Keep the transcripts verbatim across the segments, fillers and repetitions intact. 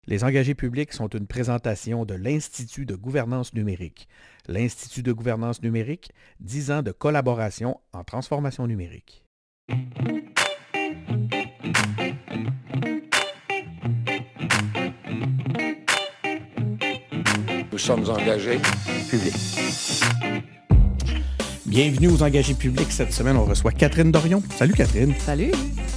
Les engagés publics sont une présentation de l'Institut de gouvernance numérique. L'Institut de gouvernance numérique, dix ans de collaboration en transformation numérique. Nous sommes engagés publics. Bienvenue aux engagés publics. Cette semaine, on reçoit Catherine Dorion. Salut Catherine. Salut.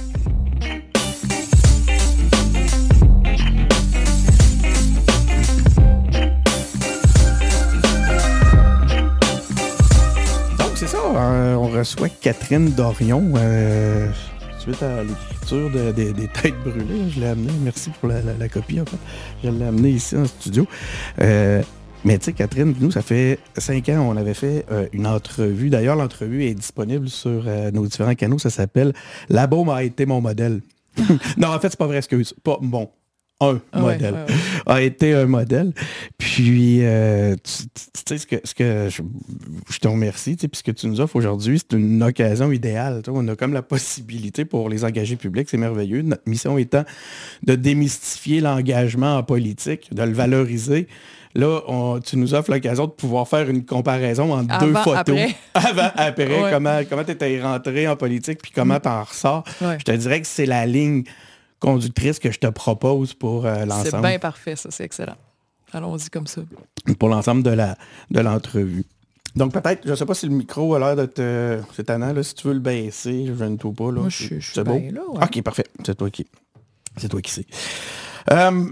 C'est ça, euh, on reçoit Catherine Dorion euh, suite à l'écriture de, de, des Têtes brûlées. Je l'ai amené, merci pour la, la, la copie en fait. Je l'ai amené ici en studio. Euh, mais tu sais, Catherine, nous, ça fait cinq ans, on avait fait euh, une entrevue. D'ailleurs, l'entrevue est disponible sur euh, nos différents canaux. Ça s'appelle « La Beaume a été mon modèle ». Non, en fait, c'est pas vrai, excuse. Pas bon. Un ah modèle. Ouais, ouais, ouais. A été un modèle. Puis, euh, tu, tu sais, ce que, ce que je, je te remercie, tu sais, puis ce que tu nous offres aujourd'hui, c'est une occasion idéale. Tu sais, on a comme la possibilité pour les engagés publics, c'est merveilleux. Notre mission étant de démystifier l'engagement en politique, de le valoriser. Là, on, tu nous offres l'occasion de pouvoir faire une comparaison entre Avant, deux photos. Après. Avant, après, ouais. comment, comment tu étais rentré en politique, puis comment tu en ressors. Ouais. Je te dirais que c'est la ligne conductrice que je te propose pour euh, l'ensemble. C'est bien parfait, ça, c'est excellent. Allons-y comme ça. Pour l'ensemble de, la, de l'entrevue. Donc peut-être, je ne sais pas si le micro a l'air de te... C'est tannant, là, si tu veux le baisser, je ne tout pas. Là. Moi, je, je suis beau? bien là, ouais. OK, parfait. C'est toi qui, c'est toi qui sais. Euh,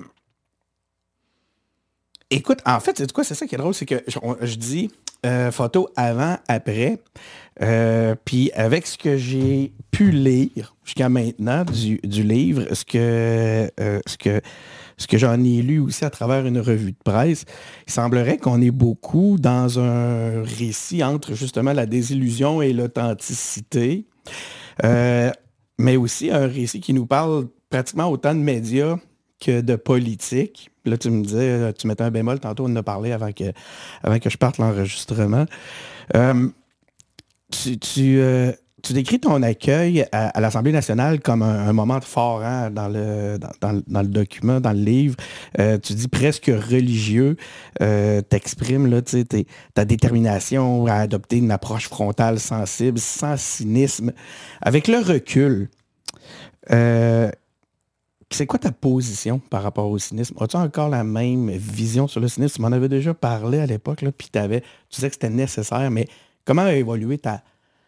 écoute, en fait, c'est quoi? C'est ça qui est drôle, c'est que je, je dis euh, photo avant, après. Euh, puis avec ce que j'ai pu lire jusqu'à maintenant du, du livre, ce que, euh, ce que, ce que j'en ai lu aussi à travers une revue de presse, il semblerait qu'on est beaucoup dans un récit entre justement la désillusion et l'authenticité, euh, mais aussi un récit qui nous parle pratiquement autant de médias que de politique. Là, tu me disais, tu mettais un bémol, tantôt on en a parlé avant que, avant que je parte l'enregistrement. Euh, Tu, tu, euh, tu décris ton accueil à, à l'Assemblée nationale comme un, un moment fort hein, dans, le, dans, dans, dans le document, dans le livre. Euh, tu dis presque religieux. Euh, t'exprimes là, ta détermination à adopter une approche frontale, sensible, sans cynisme. Avec le recul, euh, c'est quoi ta position par rapport au cynisme? As-tu encore la même vision sur le cynisme? Tu m'en avais déjà parlé à l'époque, puis tu disais que c'était nécessaire, mais comment a évolué ta...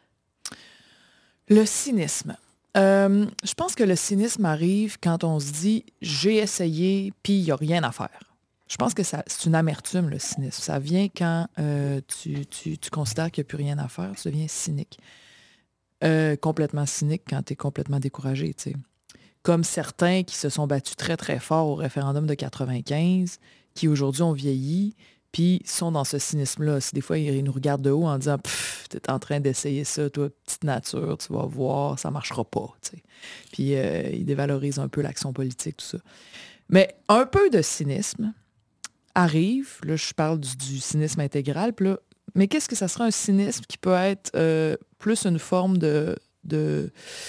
Le cynisme. Euh, je pense que le cynisme arrive quand on se dit « j'ai essayé, puis il n'y a rien à faire ». Je pense que ça, c'est une amertume, le cynisme. Ça vient quand euh, tu, tu, tu considères qu'il n'y a plus rien à faire, tu deviens cynique. Euh, complètement cynique quand tu es complètement découragé, tu sais. Comme certains qui se sont battus très, très fort au référendum de quatre-vingt-quinze, qui aujourd'hui ont vieilli, puis sont dans ce cynisme-là. Si des fois, ils nous regardent de haut en disant « tu es en train d'essayer ça, toi, petite nature, tu vas voir, ça ne marchera pas. » Puis euh, ils dévalorisent un peu l'action politique, tout ça. Mais un peu de cynisme arrive, là, je parle du, du cynisme intégral, puis là, mais qu'est-ce que ça serait un cynisme qui peut être euh, plus une forme de, de,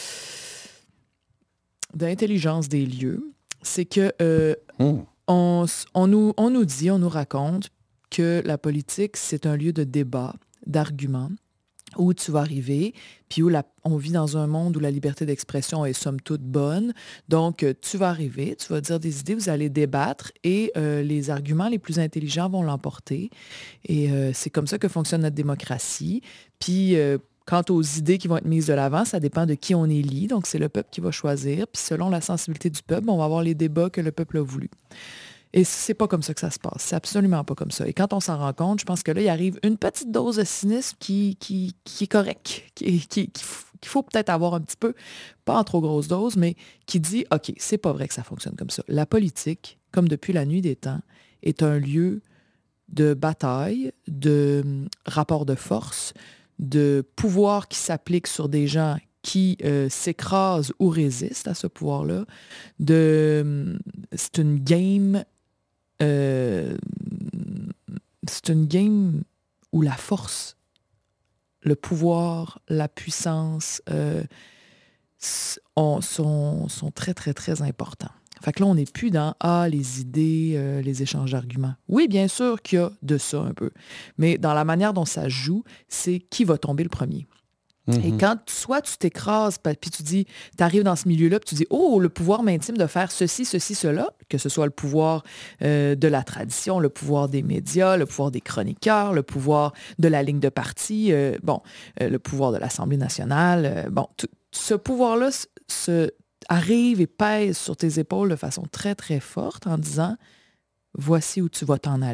d'intelligence des lieux? C'est que euh, mmh. on, on, nous, on nous dit, on nous raconte que la politique, c'est un lieu de débat, d'arguments, où tu vas arriver, puis où la, on vit dans un monde où la liberté d'expression est somme toute bonne. Donc, tu vas arriver, tu vas dire des idées, vous allez débattre et euh, les arguments les plus intelligents vont l'emporter. Et euh, c'est comme ça que fonctionne notre démocratie. Puis, euh, quant aux idées qui vont être mises de l'avant, ça dépend de qui on élit. Donc, c'est le peuple qui va choisir. Puis, selon la sensibilité du peuple, on va avoir les débats que le peuple a voulu. Et c'est pas comme ça que ça se passe. C'est absolument pas comme ça. Et quand on s'en rend compte, je pense que là, il arrive une petite dose de cynisme qui, qui, qui est correcte, qui, qui, qu'il faut peut-être avoir un petit peu, pas en trop grosse dose, mais qui dit, OK, c'est pas vrai que ça fonctionne comme ça. La politique, comme depuis la nuit des temps, est un lieu de bataille, de rapport de force, de pouvoir qui s'applique sur des gens qui euh, s'écrasent ou résistent à ce pouvoir-là. De, c'est une game... Euh, c'est une game où la force, le pouvoir, la puissance euh, sont, sont, sont très, très, très importants. Fait que là, on n'est plus dans « Ah, les idées, euh, les échanges d'arguments ». Oui, bien sûr qu'il y a de ça un peu. Mais dans la manière dont ça joue, c'est qui va tomber le premier. Mm-hmm. Et quand soit tu t'écrases, puis tu dis, tu arrives dans ce milieu-là, puis tu dis, oh, le pouvoir m'intime de faire ceci, ceci, cela, que ce soit le pouvoir euh, de la tradition, le pouvoir des médias, le pouvoir des chroniqueurs, le pouvoir de la ligne de parti, euh, bon, euh, le pouvoir de l'Assemblée nationale. Euh, bon, tout, ce pouvoir-là se arrive et pèse sur tes épaules de façon très, très forte en disant « Voici où tu vas t'en aller ».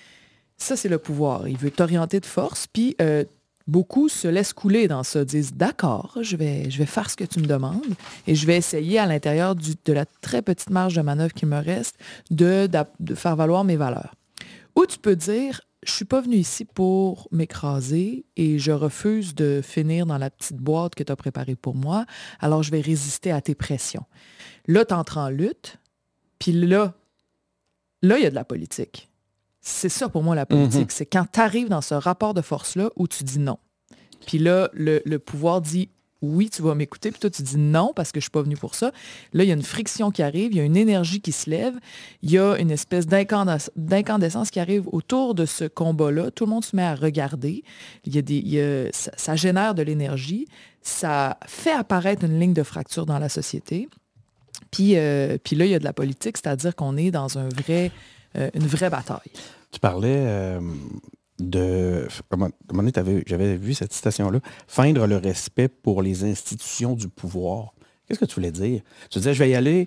Ça, c'est le pouvoir. Il veut t'orienter de force, puis euh, beaucoup se laissent couler dans ça, disent « D'accord, je vais, je vais faire ce que tu me demandes et je vais essayer à l'intérieur du, de la très petite marge de manœuvre qu'il me reste de, de, de faire valoir mes valeurs. » Ou tu peux dire « Je ne suis pas venu ici pour m'écraser et je refuse de finir dans la petite boîte que tu as préparée pour moi, alors je vais résister à tes pressions. » Là, tu entres en lutte, puis là, là, il y a de la politique. C'est ça pour moi la politique, mm-hmm. c'est quand tu arrives dans ce rapport de force-là où tu dis non. Puis là, le, le pouvoir dit oui, tu vas m'écouter, puis toi, tu dis non parce que je ne suis pas venu pour ça. Là, il y a une friction qui arrive, il y a une énergie qui se lève, il y a une espèce d'incandescence, d'incandescence qui arrive autour de ce combat-là. Tout le monde se met à regarder. Il y a des, il y a, ça, ça génère de l'énergie, ça fait apparaître une ligne de fracture dans la société. Puis, euh, puis là, il y a de la politique, c'est-à-dire qu'on est dans un vrai, euh, une vraie bataille. Tu parlais... Euh... de... À un moment donné, j'avais vu cette citation-là. Feindre le respect pour les institutions du pouvoir. Qu'est-ce que tu voulais dire? Tu disais, je vais y aller...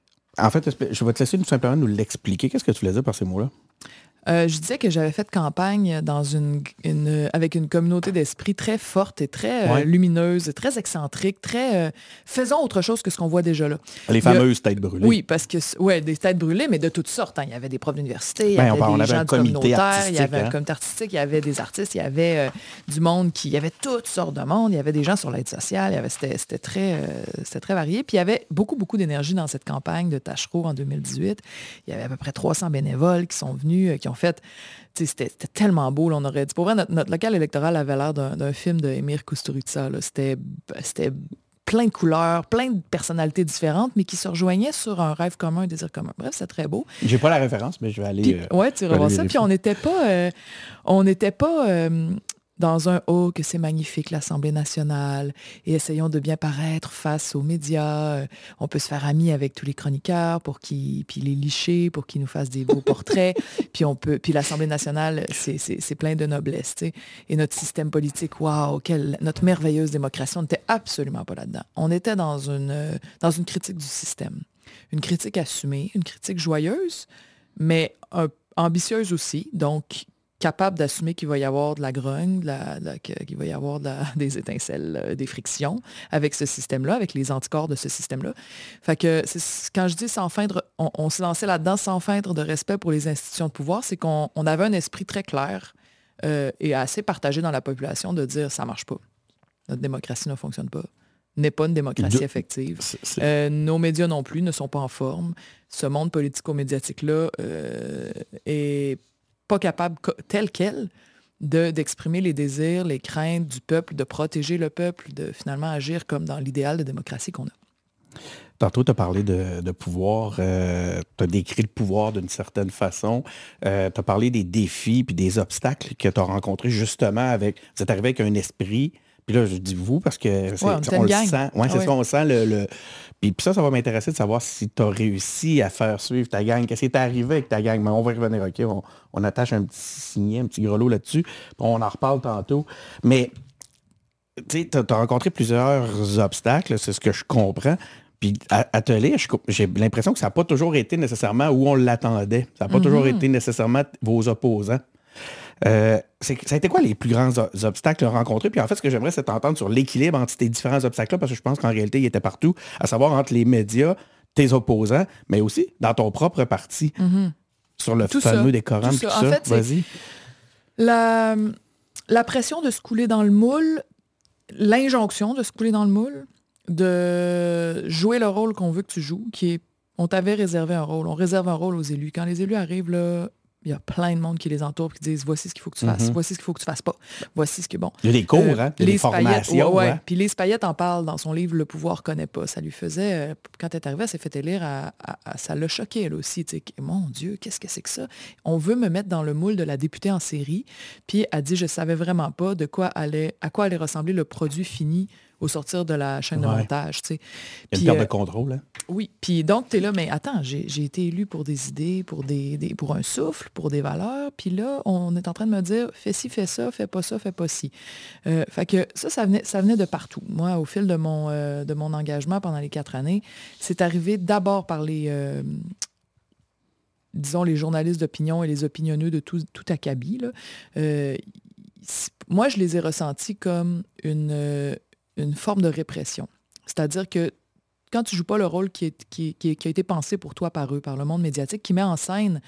En fait, je vais te laisser tout simplement nous l'expliquer. Qu'est-ce que tu voulais dire par ces mots-là? Euh, je disais que j'avais fait campagne dans une, une, avec une communauté d'esprit très forte et très euh, ouais. lumineuse, très excentrique, très... Euh, faisons autre chose que ce qu'on voit déjà là. Les fameuses têtes brûlées. Oui, parce que... Oui, des têtes brûlées, mais de toutes sortes. Hein. Il y avait des profs d'université, il y ben, avait on, des on gens un du communautaire, il y avait hein? un comité artistique, il y avait des artistes, il y avait euh, du monde qui... Il y avait toutes sortes de monde, il y avait des gens sur l'aide sociale, il y avait, c'était, c'était, très, euh, c'était très varié. Puis il y avait beaucoup, beaucoup d'énergie dans cette campagne de Tachereau en deux mille dix-huit. Il y avait à peu près trois cents bénévoles qui sont venus, euh, qui ont fait... C'était, c'était tellement beau, là, on aurait dit. Pour vrai, notre, notre local électoral avait l'air d'un, d'un film de Emir Kusturica. Là. C'était, c'était plein de couleurs, plein de personnalités différentes, mais qui se rejoignaient sur un rêve commun, un désir commun. Bref, c'est très beau. J'ai pas la référence, mais je vais aller... Puis, euh, ouais, tu revois ça. Puis on n'était pas... Euh, on n'était pas... Euh, dans un « Oh, que c'est magnifique, l'Assemblée nationale, et essayons de bien paraître face aux médias. On peut se faire ami avec tous les chroniqueurs, pour qu'ils, puis les licher, pour qu'ils nous fassent des beaux portraits. Puis on peut, puis l'Assemblée nationale, c'est, c'est, c'est plein de noblesse. T'sais. Et notre système politique, waouh, quelle, notre merveilleuse démocratie, on n'était absolument pas là-dedans. On était dans une, dans une critique du système. Une critique assumée, une critique joyeuse, mais un, ambitieuse aussi. Donc, capable d'assumer qu'il va y avoir de la grogne, de la, de la, qu'il va y avoir de la, des étincelles, euh, des frictions avec ce système-là, avec les anticorps de ce système-là. Fait que c'est, quand je dis sans feindre, on, on se lançait là-dedans sans feindre de respect pour les institutions de pouvoir, c'est qu'on on avait un esprit très clair euh, et assez partagé dans la population de dire ça marche pas. Notre démocratie ne fonctionne pas. N'est pas une démocratie effective. C'est, c'est... Euh, nos médias non plus ne sont pas en forme. Ce monde politico-médiatique-là euh, est pas capable, tel quel, de, d'exprimer les désirs, les craintes du peuple, de protéger le peuple, de finalement agir comme dans l'idéal de démocratie qu'on a. Tantôt, tu as parlé de, de pouvoir, euh, tu as décrit le pouvoir d'une certaine façon, euh, tu as parlé des défis puis des obstacles que tu as rencontrés justement avec, vous êtes arrivé avec un esprit, puis là, je dis vous parce que c'est, ouais, on, on le gang. sent, ouais, c'est ah, ça, oui. on sent le... le... Puis, puis ça, ça va m'intéresser de savoir si tu as réussi à faire suivre ta gang. Qu'est-ce qui est arrivé avec ta gang? Mais on va y revenir, OK? On, on attache un petit signet, un petit grelot là-dessus. Puis on en reparle tantôt. Mais, tu sais, tu as rencontré plusieurs obstacles, c'est ce que je comprends. Puis à, à te lire, je, j'ai l'impression que ça n'a pas toujours été nécessairement où on l'attendait. Ça n'a pas mm-hmm. toujours été nécessairement vos opposants. Euh, c'est, ça a été quoi les plus grands o- obstacles rencontrés? Puis en fait, ce que j'aimerais, c'est t'entendre sur l'équilibre entre ces différents obstacles-là, parce que je pense qu'en réalité, ils étaient partout, à savoir entre les médias, tes opposants, mais aussi dans ton propre parti, mm-hmm. sur le tout fameux ça, décorum. Tout ça. En ça. fait, Vas-y. La, la pression de se couler dans le moule, l'injonction de se couler dans le moule, de jouer le rôle qu'on veut que tu joues, qui est, on t'avait réservé un rôle, on réserve un rôle aux élus. Quand les élus arrivent, là, Il y a plein de monde qui les entoure et qui disent voici ce qu'il faut que tu fasses, mm-hmm. voici ce qu'il faut que tu fasses pas, voici ce que bon. Il y a des cours, euh, hein? Il y a des formations. Ouais, ouais. Hein? Puis Lise Payette en parle dans son livre Le pouvoir connaît pas. Ça lui faisait, euh, quand elle est arrivée, elle s'est fait élire, à, à, à, ça l'a choqué elle aussi. T'sais. Mon Dieu, qu'est-ce que c'est que ça? On veut me mettre dans le moule de la députée en série. Puis elle dit, je savais vraiment pas de quoi allait, à quoi allait ressembler le produit fini au sortir de la chaîne ouais. de montage. T'sais. Il y a une perte euh, de contrôle. Hein? Oui. Puis donc, tu es là, mais attends, j'ai, j'ai été élue pour des idées, pour, des, des, pour un souffle, pour des valeurs. Puis là, on est en train de me dire, fais ci, fais ça, fais pas ça, fais pas ci. Euh, fait que ça, ça venait, ça venait de partout. Moi, au fil de mon, euh, de mon engagement pendant les quatre années, c'est arrivé d'abord par les... Euh, disons, les journalistes d'opinion et les opinionneux de tout, tout acabit. Là. Euh, moi, je les ai ressentis comme une... Euh, une forme de répression. C'est-à-dire que quand tu ne joues pas le rôle qui, est, qui, qui, qui a été pensé pour toi par eux, par le monde médiatique, qui met en scène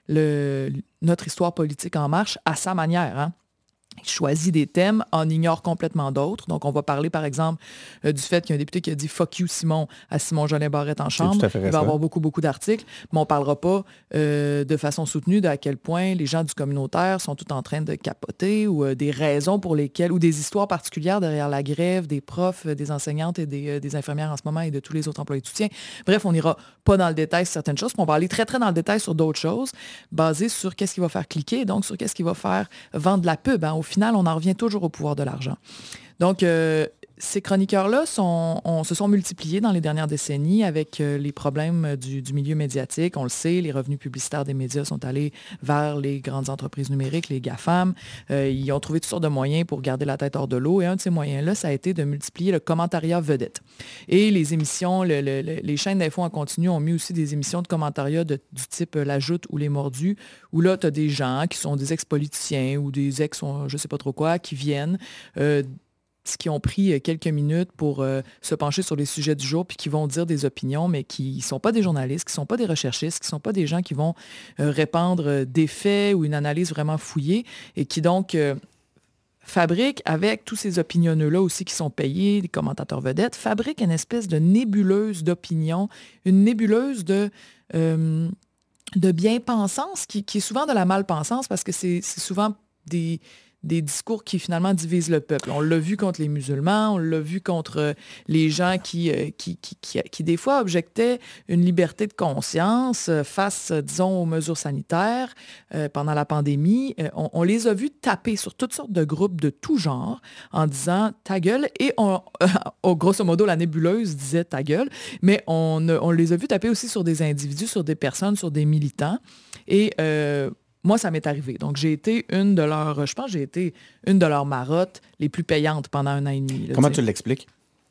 le, notre histoire politique en marche à sa manière, hein? Il choisit des thèmes, en ignore complètement d'autres. Donc, on va parler, par exemple, euh, du fait qu'il y a un député qui a dit « fuck you, Simon » à Simon-Jolin Barrette en chambre. Il va y avoir beaucoup, beaucoup d'articles, mais on ne parlera pas euh, de façon soutenue de à quel point les gens du communautaire sont tout en train de capoter ou euh, des raisons pour lesquelles, ou des histoires particulières derrière la grève des profs, des enseignantes et des, euh, des infirmières en ce moment et de tous les autres employés de soutien. Bref, on n'ira pas dans le détail sur certaines choses, puis on va aller très, très dans le détail sur d'autres choses, basées sur qu'est-ce qui va faire cliquer, donc sur qu'est-ce qui va faire vendre de la pub. Hein. Au final, on en revient toujours au pouvoir de l'argent. Donc, euh, ces chroniqueurs-là sont, on, se sont multipliés dans les dernières décennies avec euh, les problèmes du, du milieu médiatique. On le sait, les revenus publicitaires des médias sont allés vers les grandes entreprises numériques, les GAFAM. Euh, ils ont trouvé toutes sortes de moyens pour garder la tête hors de l'eau. Et un de ces moyens-là, ça a été de multiplier le commentariat vedette. Et les émissions, le, le, le, les chaînes d'infos en continu ont mis aussi des émissions de commentariat de, du type euh, La Joute ou Les Mordus, où là, tu as des gens qui sont des ex-politiciens ou des ex, je ne sais pas trop quoi, qui viennent... Euh, qui ont pris quelques minutes pour euh, se pencher sur les sujets du jour puis qui vont dire des opinions, mais qui ne sont pas des journalistes, qui ne sont pas des recherchistes, qui ne sont pas des gens qui vont euh, répandre des faits ou une analyse vraiment fouillée et qui donc euh, fabriquent, avec tous ces opinionneux-là aussi qui sont payés, des commentateurs vedettes, fabriquent une espèce de nébuleuse d'opinion, une nébuleuse de... Euh, de bien-pensance qui, qui est souvent de la mal-pensance parce que c'est, c'est souvent des... des discours qui finalement divisent le peuple. On l'a vu contre les musulmans, on l'a vu contre les gens qui, qui, qui, qui, qui des fois, objectaient une liberté de conscience face, disons, aux mesures sanitaires euh, pendant la pandémie. Euh, on, on les a vus taper sur toutes sortes de groupes de tout genre en disant « ta gueule » et on, euh, grosso modo, la nébuleuse disait « ta gueule », mais on, on les a vus taper aussi sur des individus, sur des personnes, sur des militants. Et euh, moi, ça m'est arrivé. Donc, j'ai été une de leurs, je pense que j'ai été une de leurs marottes les plus payantes pendant un an et demi. Là, Comment t'sais. Tu l'expliques?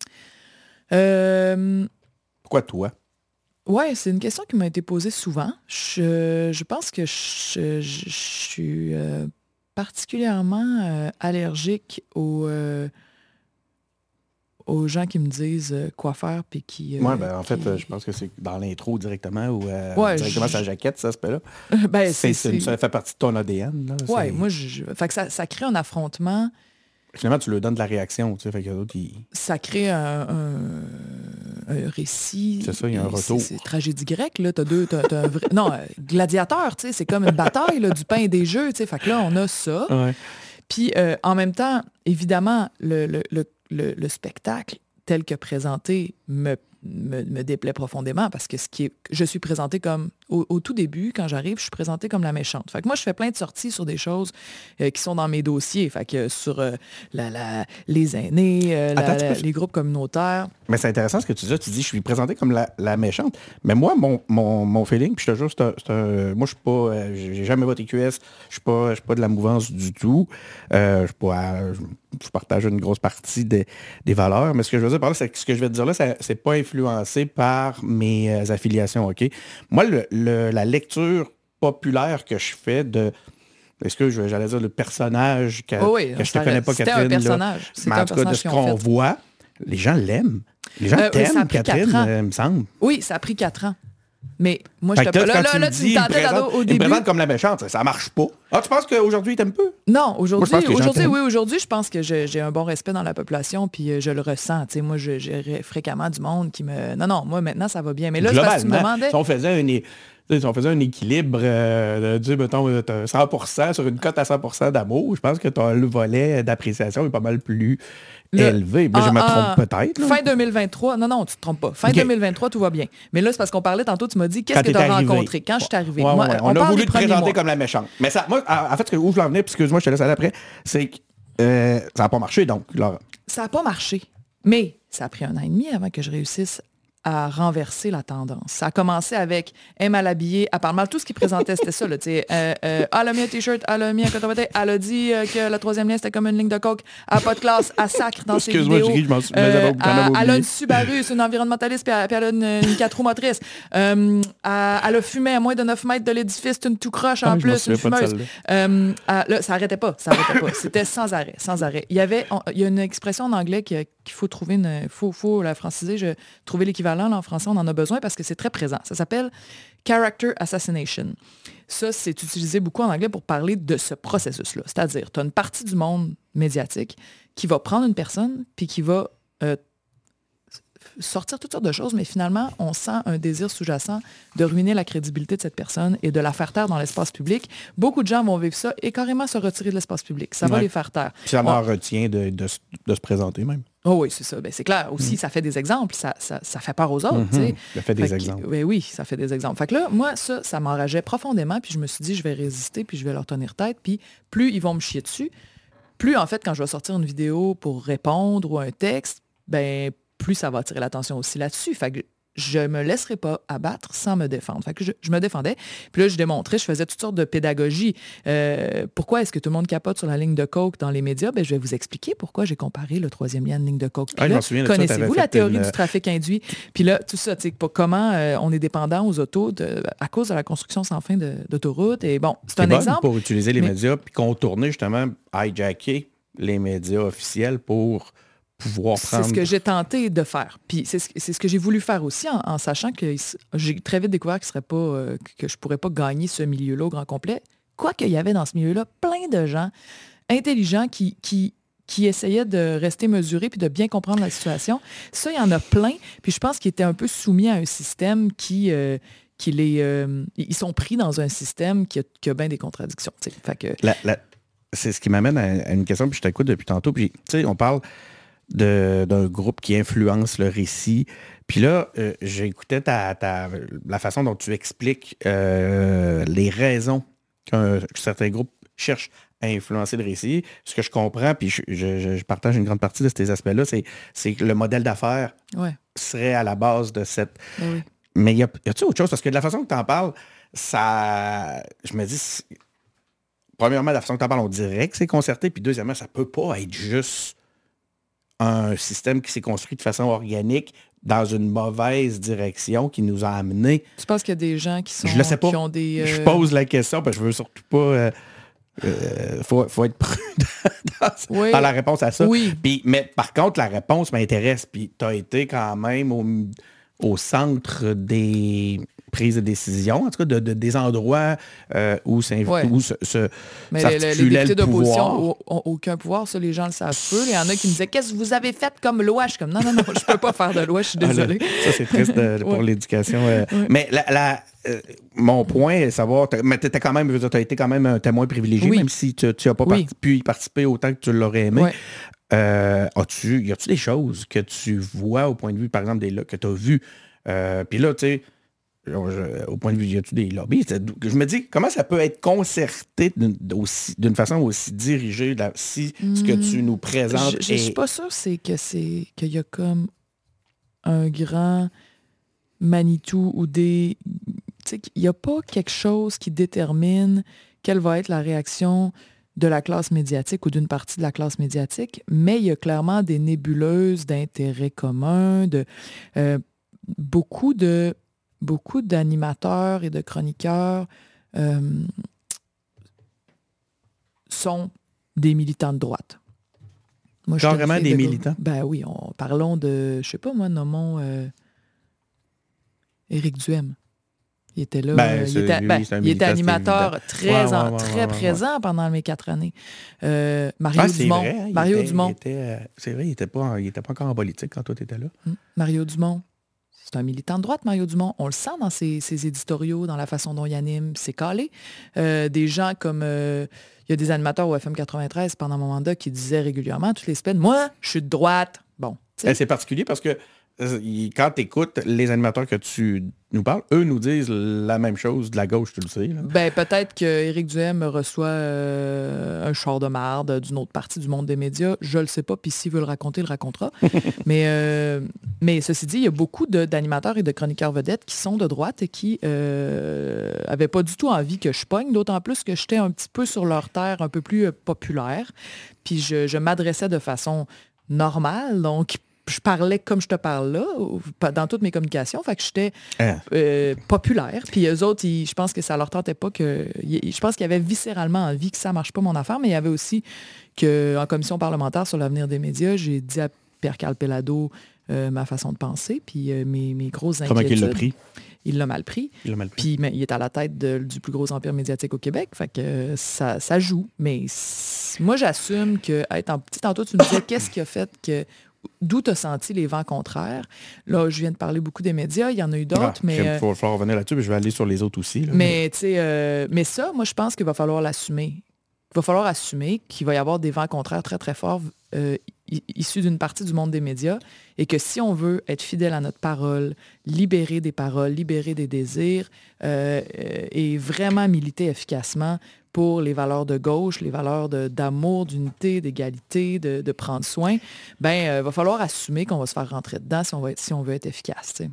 Euh... Pourquoi toi? Oui, c'est une question qui m'a été posée souvent. Je, je pense que je, je, je suis euh, particulièrement euh, allergique aux... Euh, aux gens qui me disent euh, quoi faire puis qui... Euh, oui, ben, en qui... fait, euh, je pense que c'est dans l'intro directement ou euh, ouais, directement je... sa jaquette, ça, ce là ben, c'est, c'est, ça fait partie de ton A D N. Oui, moi, je, je... Fait que ça, ça crée un affrontement. Finalement, tu leur donnes de la réaction, tu sais, fait que d'autres, ils... Ça crée un, un, un récit. C'est ça, il y a un retour. C'est, c'est tragédie grecque, là. T'as deux... T'as, t'as un vrai... Non, gladiateur, tu sais, c'est comme une bataille, là, du pain et des jeux, tu sais. Fait que là, on a ça. Ouais. Puis, euh, en même temps, évidemment, le, le, le, le, le spectacle tel que présenté me, me, me déplaît profondément parce que ce qui est, je suis présentée comme, au, au tout début, quand j'arrive, je suis présentée comme la méchante. Fait que moi, je fais plein de sorties sur des choses euh, qui sont dans mes dossiers. Fait que sur euh, la, la, les aînés, euh, la, Attends, la, les groupes communautaires. Mais c'est intéressant ce que tu dis. Tu dis, je suis présentée comme la, la méchante. Mais moi, mon, mon, mon feeling, puis je te jure, c'est un, c'est un, moi, je suis pas, euh, j'ai jamais voté Q S. Je suis pas, je suis pas de la mouvance du tout. Euh, je suis pas, je, je partage une grosse partie des, des valeurs. Mais ce que je veux dire par là, c'est que ce que je vais te dire là, ça, c'est pas influencé par mes euh, affiliations, OK? Moi, le, le, la lecture populaire que je fais de... Est-ce que je, j'allais dire le personnage que, oh oui, que je ne te connais pas, Catherine? Catherine. C'était un personnage. Là, c'était mais un en tout cas, de ce qu'on fait. voit, les gens l'aiment. Les gens euh, t'aiment, oui, Catherine, euh, il me semble. Oui, ça a pris quatre ans. Mais moi, Fait je que te... là, Là, quand là, tu là, me tu dis, me tentais il me tantôt présente- au il me début. présente comme la méchante, ça, ça marche pas. Ah, tu penses qu'aujourd'hui, il t'aime peu? Non, aujourd'hui, Moi, je pense que les gens aujourd'hui t'aiment. oui, aujourd'hui, je pense que je- j'ai un bon respect dans la population, puis euh, je le ressens. Tu sais, moi, je- j'ai fréquemment du monde qui me... Non, non, moi, maintenant, ça va bien. Mais là, c'est parce que tu me Globalement, demandais... si on faisait un, é- tu sais, si on faisait un équilibre euh, de dire, mettons, euh, t'as cent pour cent sur une cote à cent pour cent d'amour, je pense que ton, le volet d'appréciation est pas mal plus Le- élevé. Moi, je en- me en trompe peut-être. là. Fin deux mille vingt-trois, non, non, tu te trompes pas. Fin OK. deux mille vingt-trois, tout va bien. Mais là, c'est parce qu'on parlait tantôt, tu m'as dit, qu'est-ce Quand que tu t'es as arrivé. rencontré? Quand je suis arrivé. Ouais, Moi, ouais, ouais. on, On, a parle voulu des te premiers présenter mois. comme la méchante. Mais ça, moi, en en fait, où je veux en venir, puis excuse-moi, je te laisse aller après, c'est que euh, ça n'a pas marché, donc, Laura. Ça n'a pas marché. Mais ça a pris un an et demi avant que je réussisse à renverser la tendance. Ça a commencé avec elle m'a habillée, elle parle mal. Tout ce qu'il présentait, c'était ça. Là, euh, euh, elle a mis un t-shirt, elle a mis un coton ouaté, elle a dit euh, que la troisième ligne, c'était comme une ligne de coke. Elle n'a pas de classe, elle sacre dans ses Excuse-moi, vidéos. je ris, je m'en suis- Euh, mais j'avais- j'en avais elle, elle a oublié. une Subaru, c'est une environnementaliste, puis elle, puis elle a une, une quatre roues motrices. Euh, elle, elle a fumé à moins de neuf mètres de l'édifice, c'est une tout croche en Ah, je m'en plus, une souviens pas de fumeuse. celle-là. Euh, elle- là, ça n'arrêtait pas, ça n'arrêtait pas. C'était sans arrêt, sans arrêt. Il y avait, on- il y a une expression en anglais qui- qu'il faut trouver, une, faut, faut la franciser, je, trouver l'équivalent là, en français, on en a besoin parce que c'est très présent. Ça s'appelle character assassination. Ça, c'est utilisé beaucoup en anglais pour parler de ce processus-là. C'est-à-dire, tu as une partie du monde médiatique qui va prendre une personne puis qui va euh, sortir toutes sortes de choses, mais finalement, on sent un désir sous-jacent de ruiner la crédibilité de cette personne et de la faire taire dans l'espace public. Beaucoup de gens vont vivre ça et carrément se retirer de l'espace public. Ça va Ouais. les faire taire. Puis ça On- m'en retient de, de, se- de se présenter même. Oh oui, c'est ça. Ben, c'est clair. Aussi, ça fait des exemples. Ça, ça, ça fait peur aux autres. Mhm. tu sais. Ça fait des que- exemples. oui, oui, ça fait des exemples. Fait que là, moi, ça, ça m'enrageait profondément. Puis je me suis dit, je vais résister, puis je vais leur tenir tête. Puis plus ils vont me chier dessus, plus, en fait, quand je vais sortir une vidéo pour répondre ou un texte, ben plus ça va attirer l'attention aussi là-dessus. Fait que je me laisserai pas abattre sans me défendre. Fait que je, je me défendais. Puis là, je démontrais, je faisais toutes sortes de pédagogie. Euh, pourquoi est-ce que tout le monde capote sur la ligne de coke dans les médias? Ben, je vais vous expliquer pourquoi j'ai comparé le troisième lien de ligne de coke. Puis Ah, je là, m'en souviens de ça, connaissez-vous t'avais la fait théorie une- du trafic induit? Puis là, tout ça, tu sais, pas comment euh, on est dépendant aux autos de- à cause de la construction sans fin de- d'autoroutes. Et bon, c'est C'est un bonne exemple. pour utiliser les mais- médias puis contourner justement, hijacker les médias officiels pour pouvoir C'est prendre... ce que j'ai tenté de faire. Puis c'est ce, c'est ce que j'ai voulu faire aussi en, en sachant que s- j'ai très vite découvert qu'il serait pas, euh, que je pourrais pas gagner ce milieu-là au grand complet. Quoique il y avait dans ce milieu-là plein de gens intelligents qui, qui, qui essayaient de rester mesurés puis de bien comprendre la situation. Ça, il y en a plein. Puis je pense qu'ils étaient un peu soumis à un système qui... euh, qui les, euh, ils sont pris dans un système qui a, qui a bien des contradictions. tu sais. Fait que, La- la- c'est ce qui m'amène à, à une question, puis je t'écoute depuis tantôt. Puis, tu sais, on parle de- d'un groupe qui influence le récit. Puis là, euh, j'écoutais ta, ta- la façon dont tu expliques euh, les raisons qu'un que certains groupes cherchent à influencer le récit. Ce que je comprends, puis je, je- je- je partage une grande partie de ces aspects-là, c'est, c'est que le modèle d'affaires ouais, serait à la base de cette... ben oui. Mais y a- y a-t-il autre chose? Parce que de la façon que tu en parles, ça... Je me dis... c'est- Premièrement, de la façon que tu en parles, on dirait que c'est concerté. Puis deuxièmement, ça peut pas être juste un système qui s'est construit de façon organique dans une mauvaise direction qui nous a amenés. Tu penses qu'il y a des gens qui, sont, Je le sais pas. qui ont des... Je euh, pose la question parce que je veux surtout pas... euh, euh, faut, faut être prudent dans, Oui. dans la réponse à ça. Oui. Puis, mais par contre, la réponse m'intéresse. Puis tu as été quand même au, au centre des prises de décision, en tout cas de, de- des endroits euh, où, s'inv- Ouais. où se, se- Mais les, les s'articulait députés le pouvoir. d'opposition ont aucun pouvoir, ça, les gens le savent peu. Il y en a qui me disaient, qu'est-ce que vous avez fait comme loi? Je suis comme, non, non, non, je peux pas faire de loi, je suis Ah, là, désolée. ça, c'est triste de- pour Ouais. l'éducation. euh. Ouais. Mais la, la, euh, mon point est de savoir, t'as- mais tu quand même, as été quand même un témoin privilégié, Oui. même si tu n'as pas Oui. parti- pu y participer autant que tu l'aurais aimé. Ouais. Euh, as-tu, y a-tu des choses que tu vois au point de vue, par exemple, des lo- que tu as vues? Euh, Puis là, tu sais, genre, je- au point de vue, y a-tu des lobbies? C'est- Je me dis, comment ça peut être concerté d'une, aussi- d'une façon aussi dirigée là, si ce que tu nous présentes Je, je, je suis est... pas sûre c'est que c'est qu'il y a comme un grand Manitou ou des... Tu sais, il n'y a pas quelque chose qui détermine quelle va être la réaction de la classe médiatique ou d'une partie de la classe médiatique, mais il y a clairement des nébuleuses d'intérêts communs, de euh, beaucoup de beaucoup d'animateurs et de chroniqueurs euh, sont des militants de droite. Moi, je suis une Carrément fille des de gauche. militants? Ben oui, on, parlons de, je sais pas moi, nommons euh, Éric Duhem. Il était là. Ben, il était, lui, ben, c'est un il était militant, c'était animateur évident. très, Ouais, ouais, en- ouais, très ouais, ouais, présent pendant mes quatre années. Euh, Mario Ah, c'est Dumont. vrai, hein, il Mario était- il Dumont. était, euh, c'est vrai, il n'était pas, en- il était pas encore en politique quand toi, tu étais là. Hum, Mario Dumont. C'est un militant de droite, Mario Dumont. On le sent dans ses, ses éditoriaux, dans la façon dont il anime. C'est calé. Euh, des gens comme... euh, il y a des animateurs au F M quatre-vingt-treize pendant mon mandat qui disaient régulièrement, toutes les semaines, « Moi, je suis de droite. » Bon, tu sais. Eh, C'est particulier parce que euh, il- quand tu écoutes les animateurs que tu nous parles, eux nous disent la même chose de la gauche, tu le sais. Là. Ben, peut-être qu'Éric Duhem reçoit euh, un char de marde d'une autre partie du monde des médias. Je le sais pas, puis s'il veut le raconter, il le racontera. mais, euh, mais ceci dit, il y a beaucoup de- d'animateurs et de chroniqueurs vedettes qui sont de droite et qui euh, avaient pas du tout envie que je pogne, d'autant plus que j'étais un petit peu sur leur terre un peu plus euh, populaire. Puis je, je m'adressais de façon normale, donc je parlais comme je te parle là, ou- dans toutes mes communications. Fait que j'étais Hein. euh, populaire. Puis eux autres, ils- je pense que ça leur tentait pas que... ils- Je pense qu'ils avaient viscéralement envie que ça marche pas mon affaire, mais il y avait aussi qu'en commission parlementaire sur l'avenir des médias, j'ai dit à Pierre-Carl Pellado euh, ma façon de penser, puis euh, mes, mes grosses inquiétudes. Comment qu'il l'a pris? Il l'a mal pris. Il l'a mal pris. Puis mais, il est à la tête de- du plus gros empire médiatique au Québec. Fait que euh, ça, ça joue. Mais c- moi, j'assume que... Être en petit tantôt, tu me disais qu'est-ce qui a fait que... D'où tu as senti les vents contraires? Là, je viens de parler beaucoup des médias, il y en a eu d'autres, Ah, mais... Il euh, va falloir revenir là-dessus, mais je vais aller sur les autres aussi. Là. mais, tu sais, euh, mais ça, moi, je pense qu'il va falloir l'assumer. Il va falloir assumer qu'il va y avoir des vents contraires très, très forts euh, i- issus d'une partie du monde des médias et que si on veut être fidèle à notre parole, libérer des paroles, libérer des désirs euh, euh, et vraiment militer efficacement pour les valeurs de gauche, les valeurs de- d'amour, d'unité, d'égalité, de, de prendre soin, ben il euh, va falloir assumer qu'on va se faire rentrer dedans si on, va être, si on veut être efficace. Tu sais.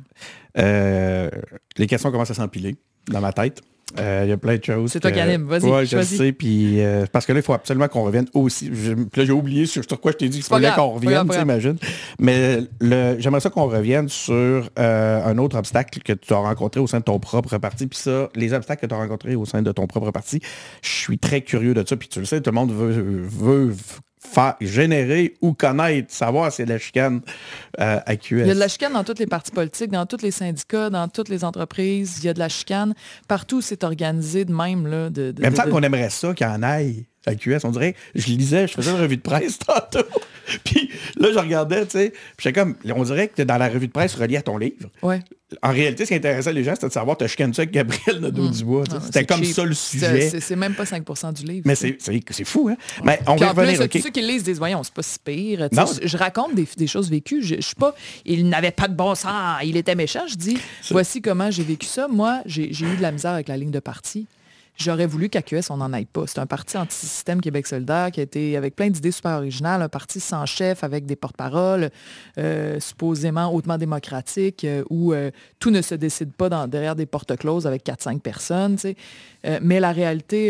Euh, les questions commencent à s'empiler dans ma tête. Euh, Il y a plein de choses. C'est toi que- qui anime, vas-y, Ouais, je le choisis. sais. Puis, euh, parce que là, il faut absolument qu'on revienne aussi. Je- puis là, j'ai oublié sur, sur quoi je t'ai dit qu'il pas fallait grave, qu'on pas revienne, grave, pas tu sais, grave. imagine. Mais le, j'aimerais ça qu'on revienne sur euh, un autre obstacle que tu as rencontré au sein de ton propre parti. Puis ça, les obstacles que tu as rencontrés au sein de ton propre parti, je suis très curieux de ça. Puis tu le sais, tout le monde veut, veut faire, générer ou connaître, savoir si c'est de la chicane euh, à Q S. Il y a de la chicane dans tous les partis politiques, dans tous les syndicats, dans toutes les entreprises. Il y a de la chicane. Partout, c'est organisé de même. Là, de, de, Même de- temps de- qu'on aimerait ça qu'il y en aille à Q S, on dirait, je lisais, je faisais une revue de presse tantôt. Puis là, je regardais, tu sais, puis j'étais comme, on dirait que t'es dans la revue de presse reliée à ton livre. Ouais. En réalité, ce qui intéressait les gens, c'était de savoir, t'as chicané ça avec Gabriel Nadeau-Dubois. tu sais. Ah, C'était c'est comme cheap. ça le C'est- sujet. C'est c'est même pas cinq pour cent du livre. Mais ça. c'est, c'est, c'est fou, hein? Mais on Puis va en plus, revenir, tous OK? ceux qui le lisent disent, voyons, c'est pas si pire. Tu Non. sais, Je, je raconte des, des choses vécues. Je, je suis pas, il n'avait pas de bon sens, il était méchant. Je dis, voici comment j'ai vécu ça. Moi, j'ai j'ai eu de la misère avec la ligne de parti. J'aurais voulu qu'à Q S, on n'en aille pas. C'est un parti anti-système Québec solidaire qui a été avec plein d'idées super originales, un parti sans chef, avec des porte-paroles, euh, supposément hautement démocratiques, euh, où euh, tout ne se décide pas dans- derrière des portes closes avec quatre cinq personnes. Tu sais. Euh, mais la réalité,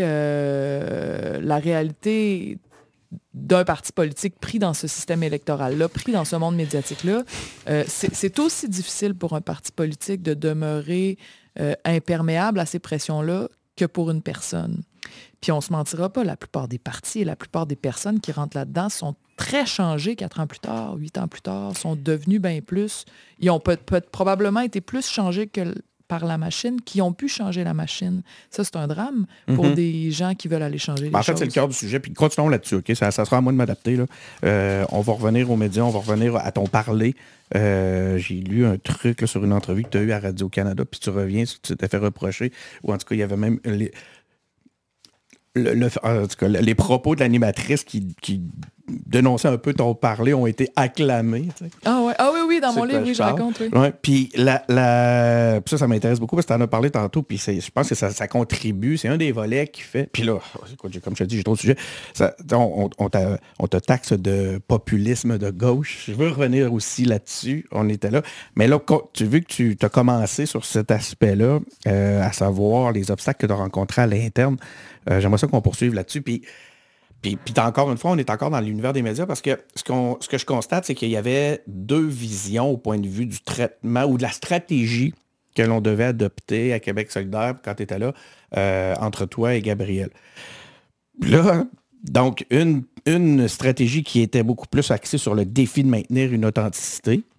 euh, la réalité d'un parti politique pris dans ce système électoral-là, pris dans ce monde médiatique-là, euh, c'est c'est aussi difficile pour un parti politique de demeurer euh, imperméable à ces pressions-là que pour une personne. Puis on se mentira pas, la plupart des partis et la plupart des personnes qui rentrent là-dedans sont très changées quatre ans plus tard, huit ans plus tard, sont devenus bien plus. Ils ont peut, peut, probablement été plus changés que l- par la machine, qui ont pu changer la machine. Ça, c'est un drame pour Mhm. des gens qui veulent aller changer les En fait, choses. c'est le cœur du sujet. Puis continuons là-dessus, OK? Ça, ça sera à moi de m'adapter. Là. Euh, on va revenir aux médias, on va revenir à ton parler. Euh, j'ai lu un truc là, sur une entrevue que tu as eue à Radio-Canada, puis tu reviens, tu t'es fait reprocher, ou en tout cas, il y avait même les, le- le- en tout cas, les propos de l'animatrice qui, qui dénonçaient un peu ton parler ont été acclamés. Tu sais. Ah, ouais. Ah oui, oui, dans C'est mon de livre, quoi oui, je je parle. raconte, oui. Ouais, puis la, la... puis ça, ça m'intéresse beaucoup parce que tu en as parlé tantôt, puis c'est- je pense que ça, ça contribue. C'est un des volets qui fait. Puis là, écoute, j'ai- comme je te dis, j'ai trop de sujets. Ça, on, on, on t'a- on te taxe de populisme de gauche. Je veux revenir aussi là-dessus. On était là. Mais là, quand- tu vu que tu as commencé sur cet aspect-là, euh, à savoir les obstacles que tu as rencontrés à l'interne, euh, j'aimerais ça qu'on poursuive là-dessus. Puis Puis, puis encore une fois, on est encore dans l'univers des médias parce que ce, qu'on, ce que je constate, c'est qu'il y avait deux visions au point de vue du traitement ou de la stratégie que l'on devait adopter à Québec solidaire quand tu étais là, euh, entre toi et Gabriel. Là, donc, une, une stratégie qui était beaucoup plus axée sur le défi de maintenir une authenticité.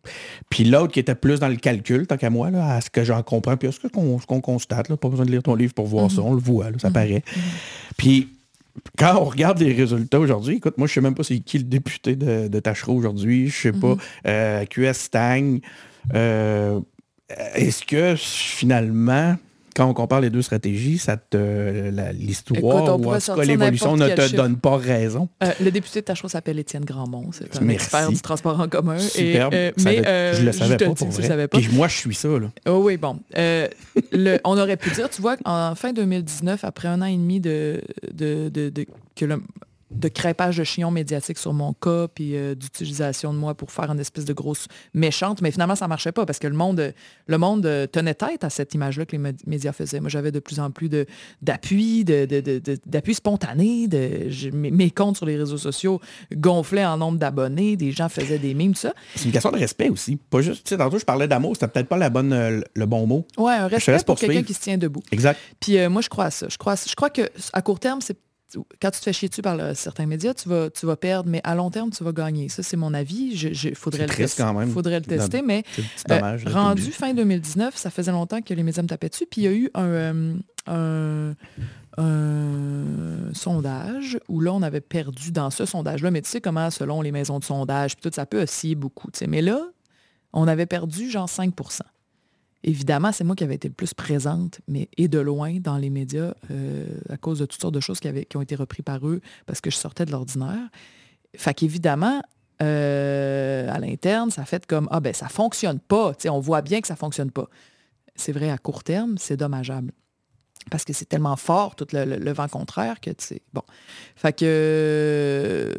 Puis l'autre qui était plus dans le calcul, tant qu'à moi, là, à ce que j'en comprends, puis à ce qu'on, ce qu'on constate, là, pas besoin de lire ton livre pour voir mm-hmm. ça, on le voit, là, ça mm-hmm. paraît. Mm-hmm. Puis quand on regarde les résultats aujourd'hui, écoute, moi je sais même pas c'est qui le député de, de Tachereau aujourd'hui, je sais mm-hmm. pas, euh, Q S stagne. Euh, est-ce que finalement... Quand on compare les deux stratégies, ça te, la, l'histoire Écoute, ou en tout cas l'évolution ne te chiffre. donne pas raison. Euh, le député de Tachereau s'appelle Étienne Grandmont. C'est un Merci. expert du transport en commun. Superbe. Et, euh, mais euh, je le savais je pas pour vrai. Savais pas. Puis moi, je suis ça. Là. Oh oui, bon. Euh, le, on aurait pu dire, tu vois, en fin deux mille dix-neuf, après un an et demi de, de, de, de, que le... de crêpage de chignon médiatique sur mon cas, puis euh, d'utilisation de moi pour faire une espèce de grosse méchante. Mais finalement, ça ne marchait pas parce que le monde, le monde tenait tête à cette image-là que les médias faisaient. Moi, j'avais de plus en plus de, d'appui, de, de, de, de, d'appui spontané. De, je, mes, mes comptes sur les réseaux sociaux gonflaient en nombre d'abonnés. Des gens faisaient des mimes, tout ça. C'est une question de respect aussi. Pas juste, tu sais, tantôt, je parlais d'amour, c'était peut-être pas la bonne, euh, le bon mot. Oui, un respect pour quelqu'un qui se tient debout. Exact. Puis euh, moi, je crois à ça. Je crois, je crois qu'à court terme, c'est quand tu te fais chier dessus par le, certains médias, tu vas, tu vas perdre, mais à long terme, tu vas gagner. Ça, c'est mon avis. Il faudrait, faudrait le tester, dans, mais dommage, euh, rendu fin deux mille dix-neuf, ça faisait longtemps que les médias me tapaient dessus. Puis il y a eu un, euh, un, un sondage où là, on avait perdu dans ce sondage-là. Mais tu sais comment, selon les maisons de sondage, puis tout, ça peut osciller beaucoup. T'sais. Mais là, on avait perdu genre cinq pour cent. Évidemment, c'est moi qui avais été le plus présente, mais et de loin dans les médias, euh, à cause de toutes sortes de choses qui, avaient, qui ont été reprises par eux parce que je sortais de l'ordinaire. Fait qu'évidemment, euh, à l'interne, ça fait comme « Ah ben ça fonctionne pas. » On voit bien que ça fonctionne pas. C'est vrai, à court terme, c'est dommageable. Parce que c'est tellement fort, tout le, le, le vent contraire, que tu sais. Bon. Fait que. Euh,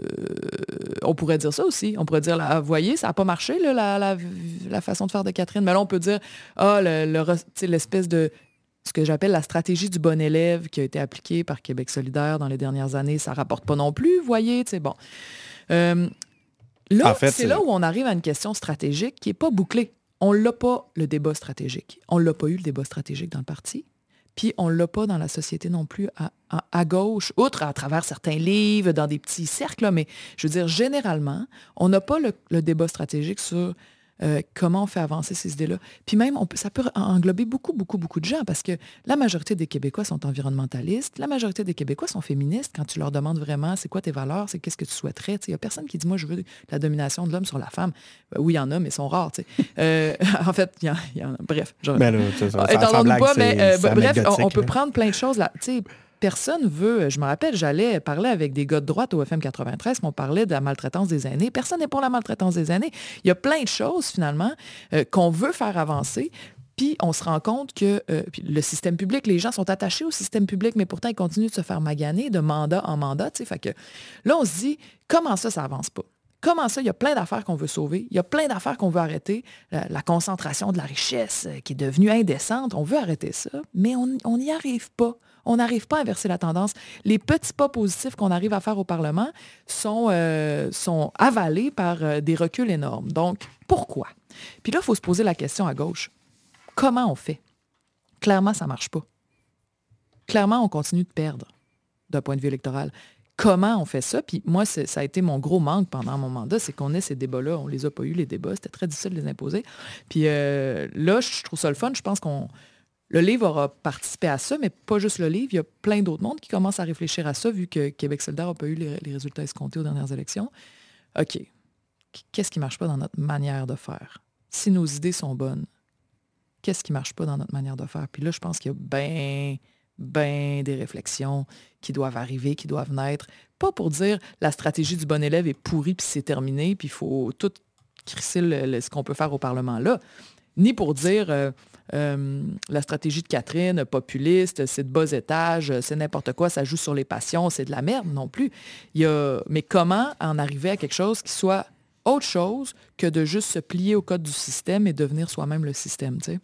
on pourrait dire ça aussi. On pourrait dire, là, vous voyez, ça n'a pas marché, là, la, la, la façon de faire de Catherine. Mais là, on peut dire, ah, le, le, l'espèce de. Ce que j'appelle la stratégie du bon élève qui a été appliquée par Québec solidaire dans les dernières années, ça ne rapporte pas non plus, vous voyez, tu sais. Bon. Euh, là, en fait, c'est, c'est là où on arrive à une question stratégique qui n'est pas bouclée. On ne l'a pas, le débat stratégique. On ne l'a pas eu, le débat stratégique dans le parti. Puis on ne l'a pas dans la société non plus à, à, à gauche, outre à travers certains livres, dans des petits cercles, là, mais je veux dire, généralement, on n'a pas le, le débat stratégique sur euh, comment on fait avancer ces idées-là. Puis même, on peut, ça peut englober beaucoup, beaucoup, beaucoup de gens, parce que la majorité des Québécois sont environnementalistes, la majorité des Québécois sont féministes. Quand tu leur demandes vraiment c'est quoi tes valeurs, c'est qu'est-ce que tu souhaiterais, il n'y a personne qui dit, moi, je veux la domination de l'homme sur la femme. Ben, oui, il y en a, mais ils sont rares. Euh, en fait, il y, y en a. Bref. Genre, ben là, ça, ça, étendons-nous pas, mais euh, bref, on, on peut prendre plein de choses là. Tu sais, personne veut, je me rappelle, j'allais parler avec des gars de droite au F M quatre-vingt-treize, on parlait de la maltraitance des aînés. Personne n'est pour la maltraitance des aînés. Il y a plein de choses, finalement, euh, qu'on veut faire avancer. Puis on se rend compte que euh, le système public, les gens sont attachés au système public, mais pourtant, ils continuent de se faire maganer de mandat en mandat. Fait que là, on se dit, comment ça, ça avance pas? Comment ça, il y a plein d'affaires qu'on veut sauver, il y a plein d'affaires qu'on veut arrêter, la, la concentration de la richesse euh, qui est devenue indécente, on veut arrêter ça, mais on n'y arrive pas. On n'arrive pas à inverser la tendance. Les petits pas positifs qu'on arrive à faire au Parlement sont, euh, sont avalés par euh, des reculs énormes. Donc, pourquoi? Puis là, il faut se poser la question à gauche. Comment on fait? Clairement, ça ne marche pas. Clairement, on continue de perdre d'un point de vue électoral. Comment on fait ça? Puis moi, c'est, ça a été mon gros manque pendant mon mandat, c'est qu'on ait ces débats-là. On ne les a pas eu, les débats. C'était très difficile de les imposer. Puis euh, là, je trouve ça le fun. Je pense qu'on... Le livre aura participé à ça, mais pas juste le livre. Il y a plein d'autres mondes qui commencent à réfléchir à ça, vu que Québec solidaire n'a pas eu les, les résultats escomptés aux dernières élections. OK. Qu'est-ce qui ne marche pas dans notre manière de faire? Si nos idées sont bonnes, qu'est-ce qui ne marche pas dans notre manière de faire? Puis là, je pense qu'il y a bien, bien des réflexions qui doivent arriver, qui doivent naître. Pas pour dire la stratégie du bon élève est pourrie, puis c'est terminé, puis il faut tout crisser le, le, ce qu'on peut faire au Parlement là. Ni pour dire... Euh, Euh, la stratégie de Catherine, populiste, c'est de bas étage, c'est n'importe quoi, ça joue sur les passions, c'est de la merde non plus. Il y a, mais comment en arriver à quelque chose qui soit autre chose que de juste se plier au code du système et devenir soi-même le système, tu sais?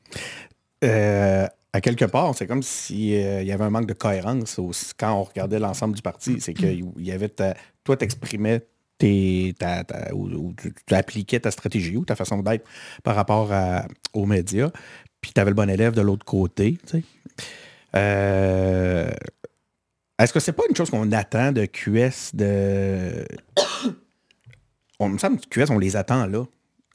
Euh, à quelque part, c'est comme s'il euh, y avait un manque de cohérence aussi, quand on regardait l'ensemble du parti. C'est qu'il y avait... Ta, toi, t'exprimais Tes, ta, ta, ou, ou tu, tu appliquais ta stratégie ou ta façon d'être par rapport à, aux médias, puis tu avais le bon élève de l'autre côté. Tu sais. Euh, est-ce que c'est pas une chose qu'on attend de Q S? De... on me semble que Q S, on les attend là.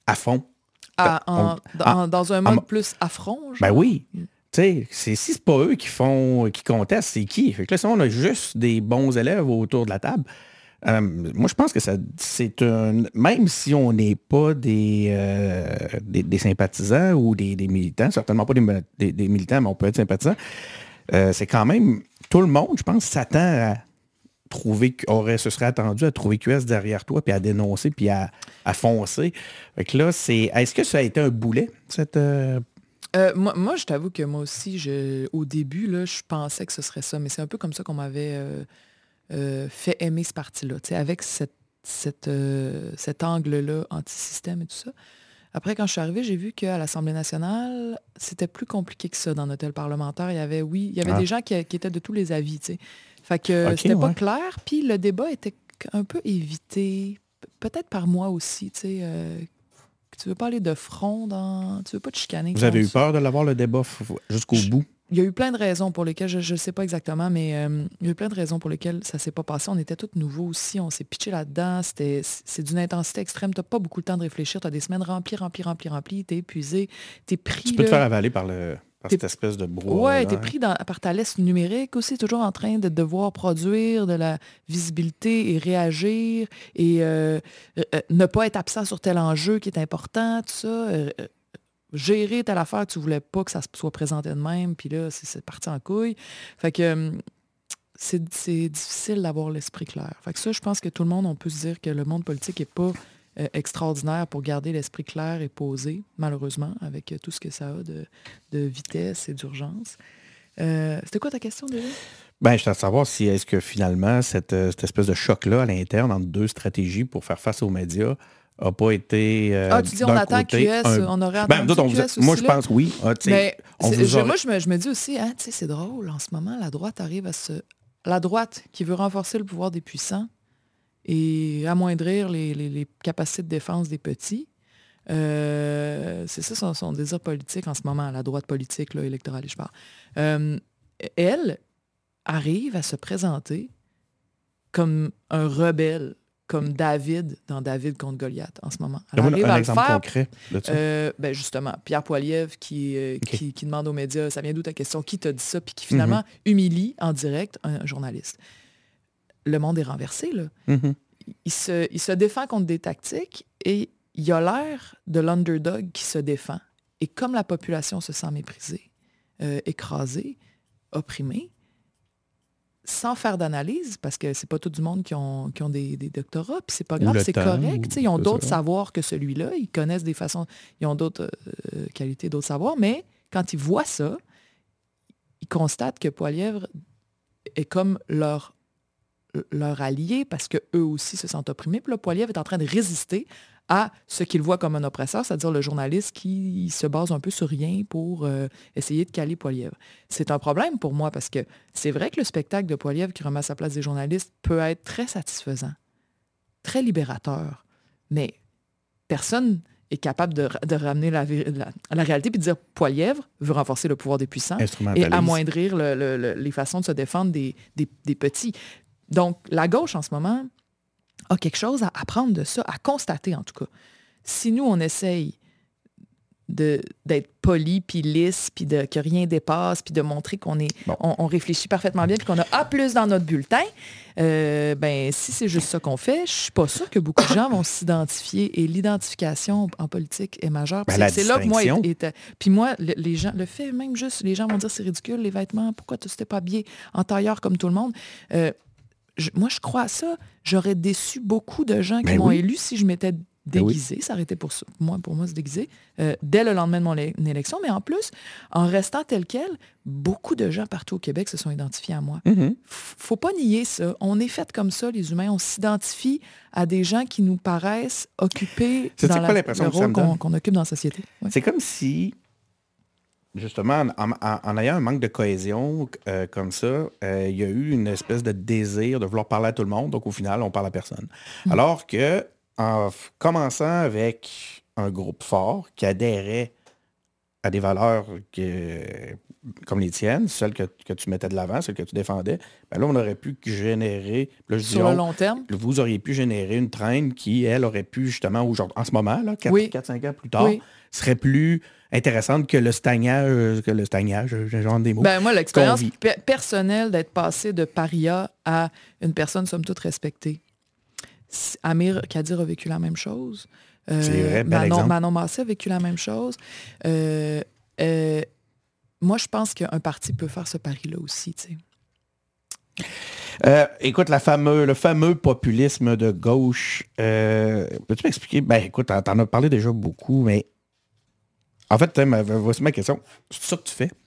à fond. À, en, On- dans, en- dans un mode en- plus affront, genre? Ben oui. Tu sais, c'est- si c'est pas eux qui font, qui contestent, c'est qui? Fait que là, si on a juste des bons élèves autour de la table, euh, moi, je pense que ça, c'est un... Même si on n'est pas des, euh, des, des sympathisants ou des, des militants, certainement pas des, des- des militants, mais on peut être sympathisant, euh, c'est quand même... Tout le monde, je pense, s'attend à trouver... aurait, se serait attendu à trouver Q S derrière toi, puis à dénoncer, puis à, à foncer. Fait que là, c'est... Est-ce que ça a été un boulet, cette... euh, Euh, moi, moi, je t'avoue que moi aussi, je, au début, là, je pensais que ce serait ça, mais c'est un peu comme ça qu'on m'avait euh, euh, fait aimer ce parti-là, tu sais, avec cette, cette, euh, cet angle-là anti-système et tout ça. Après, quand je suis arrivée, j'ai vu qu'à l'Assemblée nationale, c'était plus compliqué que ça dans notre aile parlementaire. Il y avait, oui, il y avait Ah. des gens qui, qui étaient de tous les avis, tu sais. Fait que Ok, c'était pas ouais. clair, puis le débat était un peu évité, p- peut-être par moi aussi, tu sais. euh, tu veux pas aller de front dans... Tu veux pas te chicaner. Vous avez eu contre- peur de l'avoir, le débat, f- f- jusqu'au Je- bout? Il y a eu plein de raisons pour lesquelles, je ne sais pas exactement, mais euh, il y a eu plein de raisons pour lesquelles ça s'est pas passé. On était tous nouveaux aussi, on s'est pitché là-dedans. C'était, c'est d'une intensité extrême. Tu n'as pas beaucoup de temps de réfléchir. Tu as des semaines remplies, remplies, remplies, remplies. Tu es épuisé. Tu es pris. Tu peux te là. faire avaler par, le, par T'es- cette espèce de brouhaha. Ouais, là, tu es hein. pris dans- par ta liste numérique aussi, toujours en train de devoir produire de la visibilité et réagir et euh, euh, euh, ne pas être absent sur tel enjeu qui est important, tout ça. euh, euh, gérer telle affaire, tu voulais pas que ça se soit présenté de même, puis là, c'est, c'est parti en couille. Fait que euh, c'est, c'est difficile d'avoir l'esprit clair. Fait que ça, je pense que tout le monde, on peut se dire que le monde politique n'est pas euh, extraordinaire pour garder l'esprit clair et posé, malheureusement, avec euh, tout ce que ça a de, de vitesse et d'urgence. Euh, c'était quoi ta question déjà? Ben, je tiens à savoir si est-ce que finalement, cette, euh, cette espèce de choc-là à l'interne entre deux stratégies pour faire face aux médias n'a pas été. euh, Ah, tu dis on d'un attend côté, Q S, un- on aurait Ben, attendu d'autres, on Q vous a- S moi, aussi, je là? pense oui. Ah, tu sais, Mais on c'est- vous je- aurait- moi, je me, je me dis aussi, hein, tu sais, c'est drôle, en ce moment, la droite arrive à se... La droite qui veut renforcer le pouvoir des puissants et amoindrir les, les- les capacités de défense des petits. Euh, c'est ça son, son désir politique en ce moment, la droite politique, là, électorale, je parle. Euh, elle arrive à se présenter comme un rebelle, comme David dans David contre Goliath en ce moment. Elle Donne-moi arrive un à le exemple faire. concret de ça. Euh, ben justement, Pierre Poilievre qui, euh, Ok. qui, qui demande aux médias, ça vient d'où ta question, qui t'a dit ça, puis qui finalement humilie en direct un, un journaliste. Le monde est renversé, là. Mhm. Il se, il se défend contre des tactiques et il a l'air de l'underdog qui se défend. Et comme la population se sent méprisée, euh, écrasée, opprimée, sans faire d'analyse, parce que c'est pas tout du monde qui ont, qui ont des, des doctorats, puis c'est pas Ou grave, le c'est temps, correct. ou- tu sais, Ils ont c'est d'autres ça. savoirs que celui-là, ils connaissent des façons, ils ont d'autres euh, qualités, d'autres savoirs, mais quand ils voient ça, ils constatent que Poilievre est comme leur, leur allié parce qu'eux aussi se sentent opprimés. Puis là, Poilievre est en train de résister à ce qu'il voit comme un oppresseur, c'est-à-dire le journaliste qui se base un peu sur rien pour euh, essayer de caler Poilievre. C'est un problème pour moi parce que c'est vrai que le spectacle de Poilievre qui remet à sa place des journalistes peut être très satisfaisant, très libérateur, mais personne est capable de, de ramener la, vé- la, la réalité et de dire Poilievre veut renforcer le pouvoir des puissants et Instrumentalise. amoindrir le- le- le- les façons de se défendre des, des- des petits. Donc, la gauche, en ce moment, a quelque chose à apprendre de ça, à constater en tout cas. Si nous, on essaye de, d'être poli, puis lisse, puis de, que rien dépasse, puis de montrer qu'on est, Bon. on, on réfléchit parfaitement bien, puis qu'on a A plus dans notre bulletin, euh, ben si c'est juste ça qu'on fait, je suis pas sûre que beaucoup de gens vont s'identifier. Et l'identification en politique est majeure. Puis Ben, c'est, la c'est là que moi, distinction. est- est- puis moi, le, les gens, le fait même juste, les gens vont dire c'est ridicule, les vêtements, pourquoi tu t'es pas habillé en tailleur comme tout le monde? Euh, je- moi, je crois à ça. J'aurais déçu beaucoup de gens qui Ben m'ont oui. élu si je m'étais Ben oui. déguisée. Ça aurait été pour, ça- moi, pour moi se déguiser euh, dès le lendemain de mon é- élection. Mais en plus, en restant tel quel, beaucoup de gens partout au Québec se sont identifiés à moi. Mhm. F- Faut pas nier ça. On est fait comme ça, les humains. On s'identifie à des gens qui nous paraissent occupés C'est dans quoi la- l'impression le que ça rôle me qu'on, donne? qu'on occupe dans la société. Ouais. C'est comme si, justement, en, en- en ayant un manque de cohésion euh, comme ça, euh, il y a eu une espèce de désir de vouloir parler à tout le monde, donc au final, on parle à personne. Mm. Alors que, en f- commençant avec un groupe fort qui adhérait à des valeurs que, comme les tiennes, celles que, que tu mettais de l'avant, celles que tu défendais, ben là, on aurait pu générer... Là, je Sur dis, le on, long terme? vous auriez pu générer une traîne qui, elle, aurait pu justement, aujourd'hui, en ce moment, là, quatre cinq ans plus tard, oui. serait plus intéressante que le stagnage, que le stagnage, j'ai genre des mots. Ben moi, l'expérience pe- personnelle d'être passé de paria à une personne somme toute respectée. Amir Kadir a vécu la même chose. Euh, C'est vrai, bel Manon, exemple. Manon Massé a vécu la même chose. Euh, euh, moi, je pense qu'un parti peut faire ce pari-là aussi, tu sais. Euh, écoute, la fameux, le fameux populisme de gauche, euh, peux-tu m'expliquer? Ben écoute, t'en, t'en as parlé déjà beaucoup, mais en fait, ma, voici ma question. C'est ça que tu fais?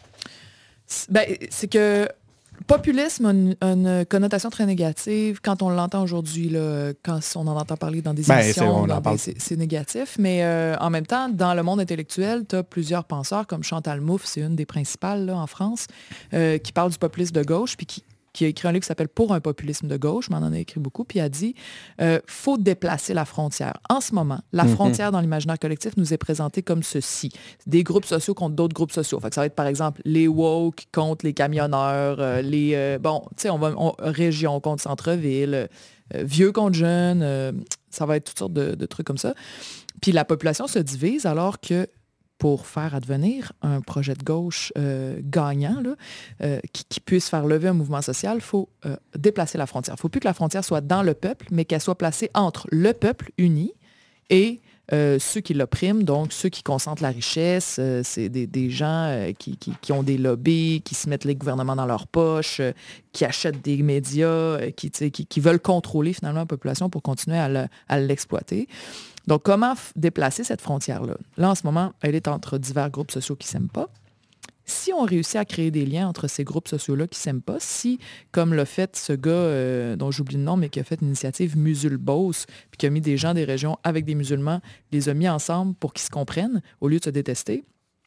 C'est, ben, c'est que populisme a une, une connotation très négative. Quand on l'entend aujourd'hui, là, quand on en entend parler dans des ben, émissions, c'est, dans des, c'est, c'est négatif. Mais euh, en même temps, dans le monde intellectuel, tu as plusieurs penseurs, comme Chantal Mouffe, c'est une des principales là, en France, euh, qui parle du populisme de gauche, puis qui, qui a écrit un livre qui s'appelle « Pour un populisme de gauche », je m'en en ai écrit beaucoup, puis elle a dit euh, « Faut déplacer la frontière ». En ce moment, la Mm-hmm. frontière dans l'imaginaire collectif nous est présentée comme ceci. Des groupes sociaux contre d'autres groupes sociaux. Fait que ça va être, par exemple, les woke contre les camionneurs, euh, les... Euh, bon, tu sais, on va... On, région contre centre-ville, euh, vieux contre jeunes, euh, ça va être toutes sortes de, de trucs comme ça. Puis la population se divise alors que pour faire advenir un projet de gauche euh, gagnant, là, euh, qui, qui puisse faire lever un mouvement social, il faut euh, déplacer la frontière. Il ne faut plus que la frontière soit dans le peuple, mais qu'elle soit placée entre le peuple uni et euh, ceux qui l'oppriment, donc ceux qui concentrent la richesse. Euh, c'est des, des gens euh, qui, qui, qui ont des lobbies, qui se mettent les gouvernements dans leurs poches, euh, qui achètent des médias, euh, qui, qui, qui veulent contrôler finalement la population pour continuer à, le, à l'exploiter. Donc, comment f- déplacer cette frontière-là? Là, en ce moment, elle est entre divers groupes sociaux qui ne s'aiment pas. Si on réussit à créer des liens entre ces groupes sociaux-là qui ne s'aiment pas, si, comme l'a fait ce gars, euh, dont j'oublie le nom, mais qui a fait une initiative Musulbos, puis qui a mis des gens des régions avec des musulmans, les a mis ensemble pour qu'ils se comprennent, au lieu de se détester,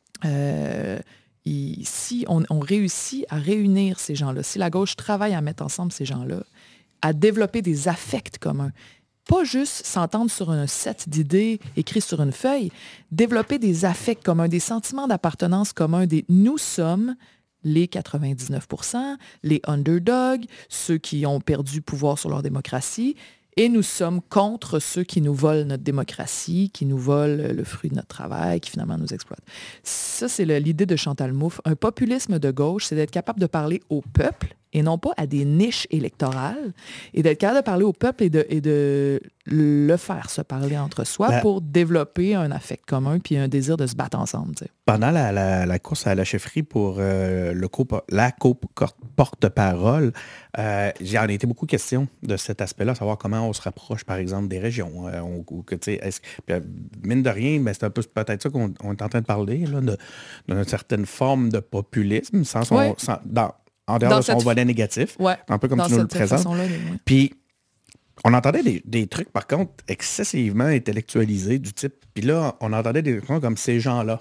euh, il, si on, on réussit à réunir ces gens-là, si la gauche travaille à mettre ensemble ces gens-là, à développer des affects communs, pas juste s'entendre sur un set d'idées écrits sur une feuille, développer des affects communs, des sentiments d'appartenance communs, des nous sommes les quatre-vingt-dix-neuf pour cent, les underdogs, ceux qui ont perdu pouvoir sur leur démocratie, et nous sommes contre ceux qui nous volent notre démocratie, qui nous volent le fruit de notre travail, qui finalement nous exploitent. Ça, c'est le, l'idée de Chantal Mouffe. Un populisme de gauche, c'est d'être capable de parler au peuple et non pas à des niches électorales, et d'être capable de parler au peuple et de, et de le faire se parler entre soi ben, pour développer un affect commun puis un désir de se battre ensemble. Tu sais. Pendant la, la, la course à la chefferie pour euh, le co- la co-porte-parole, euh, j'en ai été beaucoup question de cet aspect-là, savoir comment on se rapproche, par exemple, des régions. Euh, on, ou que, est-ce, puis, mine de rien, ben, c'est un peu peut-être ça qu'on on est en train de parler, là, de, d'une certaine forme de populisme, sans son, oui. sans, dans, en dehors dans de son cette... volet négatif, ouais, un peu comme tu nous le présentes. Oui. Puis, on entendait des, des trucs, par contre, excessivement intellectualisés du type, puis là, on entendait des trucs comme ces gens-là.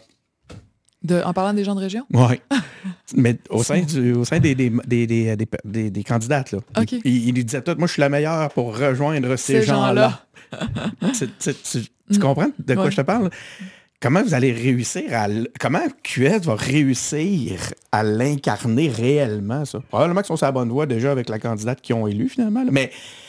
De, en parlant des gens de région? Oui. Mais au sein, du, au sein des, des, des, des, des, des, des candidates, là. Okay. Il, il lui disait tout, moi, je suis la meilleure pour rejoindre ces, ces gens-là. gens-là. tu, tu, tu, tu comprends de quoi ouais. je te parle? Comment vous allez réussir à... Comment Q S va réussir à l'incarner réellement, ça? Probablement qu'ils sont sur la bonne voie déjà avec la candidate qu'ils ont élue, finalement. Là. Mais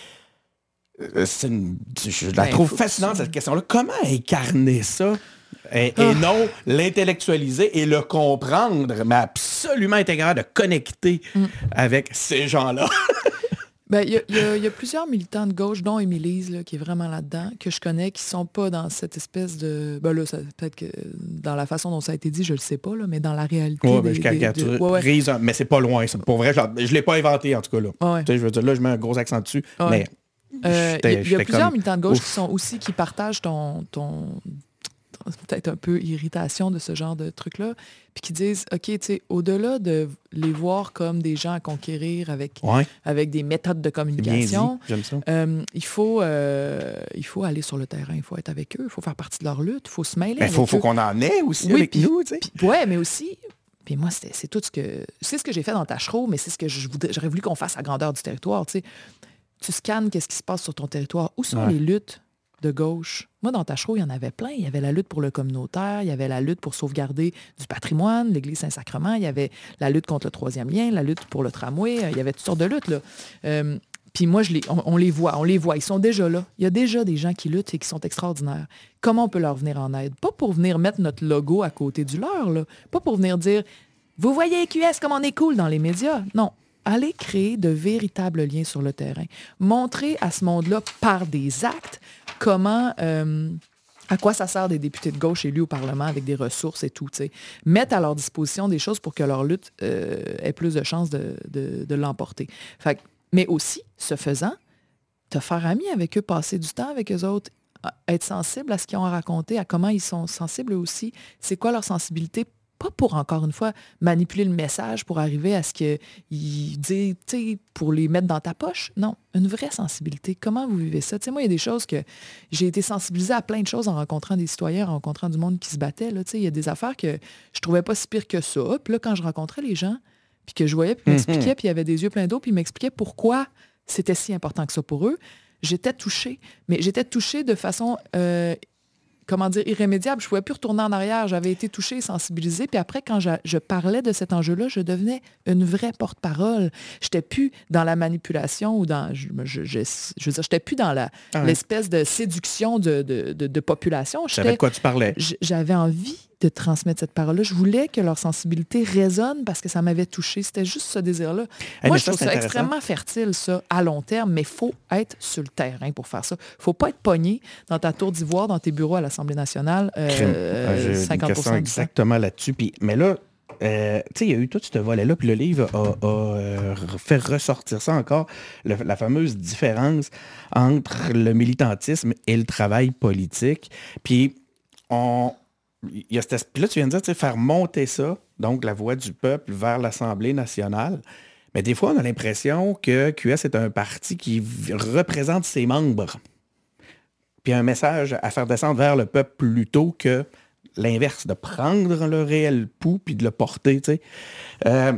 c'est une, je la ben, trouve fascinante, cette question-là. Comment incarner ça? Et, oh. et non l'intellectualiser et le comprendre, mais absolument être capable de connecter mm. avec ces gens-là. Ben, y, y, y a plusieurs militants de gauche, dont Émilise, là, qui est vraiment là-dedans, que je connais, qui sont pas dans cette espèce de... Ben là, ça, peut-être que dans la façon dont ça a été dit, je le sais pas, là, mais dans la réalité... Ouais, des, ben, je caricature. Des, de, ouais, ouais. Mais c'est pas loin, ça. Pour vrai, genre, je l'ai pas inventé, en tout cas, là. Ouais. Tu sais, je veux dire, là, je mets un gros accent dessus, ouais. mais... Il euh, y, y a plusieurs comme... militants de gauche Ouf. qui sont aussi, qui partagent ton... ton peut-être un peu irritation de ce genre de truc-là, puis qui disent, OK, tu sais, au-delà de les voir comme des gens à conquérir avec, ouais. avec des méthodes de communication, J'aime ça. Euh, il, faut, euh, il faut aller sur le terrain, il faut être avec eux, il faut faire partie de leur lutte, il faut se mêler ben, avec faut, eux. Il faut qu'on en ait aussi oui, avec pis, nous, tu sais. Oui, mais aussi... Puis moi, c'est, c'est tout ce que... C'est ce que j'ai fait dans Tachereau, mais c'est ce que je voudrais, j'aurais voulu qu'on fasse à grandeur du territoire, tu sais. Tu scannes qu'est-ce qui se passe sur ton territoire. Où sont ouais. les luttes? de gauche. Moi, dans Tachereau, il y en avait plein. Il y avait la lutte pour le communautaire, il y avait la lutte pour sauvegarder du patrimoine, l'Église Saint-Sacrement, il y avait la lutte contre le troisième lien, la lutte pour le tramway, il y avait toutes sortes de luttes, là. Euh, Puis moi, je les, on, on les voit, on les voit. Ils sont déjà là. Il y a déjà des gens qui luttent et qui sont extraordinaires. Comment on peut leur venir en aide? Pas pour venir mettre notre logo à côté du leur, là. Pas pour venir dire « Vous voyez Q S comme on est cool dans les médias. » Non. Allez créer de véritables liens sur le terrain. Montrer à ce monde-là, par des actes, comment... Euh, à quoi ça sert des députés de gauche élus au Parlement avec des ressources et tout, tu sais. Mettre à leur disposition des choses pour que leur lutte euh, ait plus de chances de, de, de l'emporter. Fait que, mais aussi, ce faisant, te faire ami avec eux, passer du temps avec eux autres, être sensible à ce qu'ils ont à raconter, à comment ils sont sensibles eux aussi, c'est quoi leur sensibilité, pas pour, encore une fois, manipuler le message pour arriver à ce qu'ils disent, tu sais, pour les mettre dans ta poche. Non, une vraie sensibilité. Comment vous vivez ça? Tu sais, moi, il y a des choses que j'ai été sensibilisée à plein de choses en rencontrant des citoyens, en rencontrant du monde qui se battait. Là, tu sais, il y a des affaires que je trouvais pas si pire que ça. Puis là, quand je rencontrais les gens, puis que je voyais, puis ils m'expliquaient, puis il y avait des yeux pleins d'eau, puis ils m'expliquaient pourquoi c'était si important que ça pour eux, j'étais touchée. Mais j'étais touchée de façon... Euh, comment dire, irrémédiable. Je ne pouvais plus retourner en arrière. J'avais été touchée, sensibilisée. Puis après, quand je, je parlais de cet enjeu-là, je devenais une vraie porte-parole. Je n'étais plus dans la manipulation ou dans... Je, je, je, je veux dire, je n'étais plus dans la, ah ouais. l'espèce de séduction de, de, de, de population. Tu savais de quoi tu parlais. J'avais envie de transmettre cette parole-là. Je voulais que leur sensibilité résonne parce que ça m'avait touchée. C'était juste ce désir-là. Hey, Moi, je ça, trouve ça extrêmement fertile, ça, à long terme, mais il faut être sur le terrain pour faire ça. Il ne faut pas être pogné dans ta tour d'ivoire, dans tes bureaux à l'Assemblée nationale, euh, J'ai cinquante pour cent une question exactement là-dessus. Puis, mais là, euh, tu sais, il y a eu tout ce volet-là, puis le livre a, a euh, fait ressortir ça encore, le, la fameuse différence entre le militantisme et le travail politique. Puis, on... Il y a cette... Puis là, tu viens de dire, faire monter ça, donc la voix du peuple vers l'Assemblée nationale. Mais des fois, on a l'impression que Q S est un parti qui représente ses membres. Puis un message à faire descendre vers le peuple plutôt que l'inverse, de prendre le réel pouls puis de le porter, tu sais. Euh...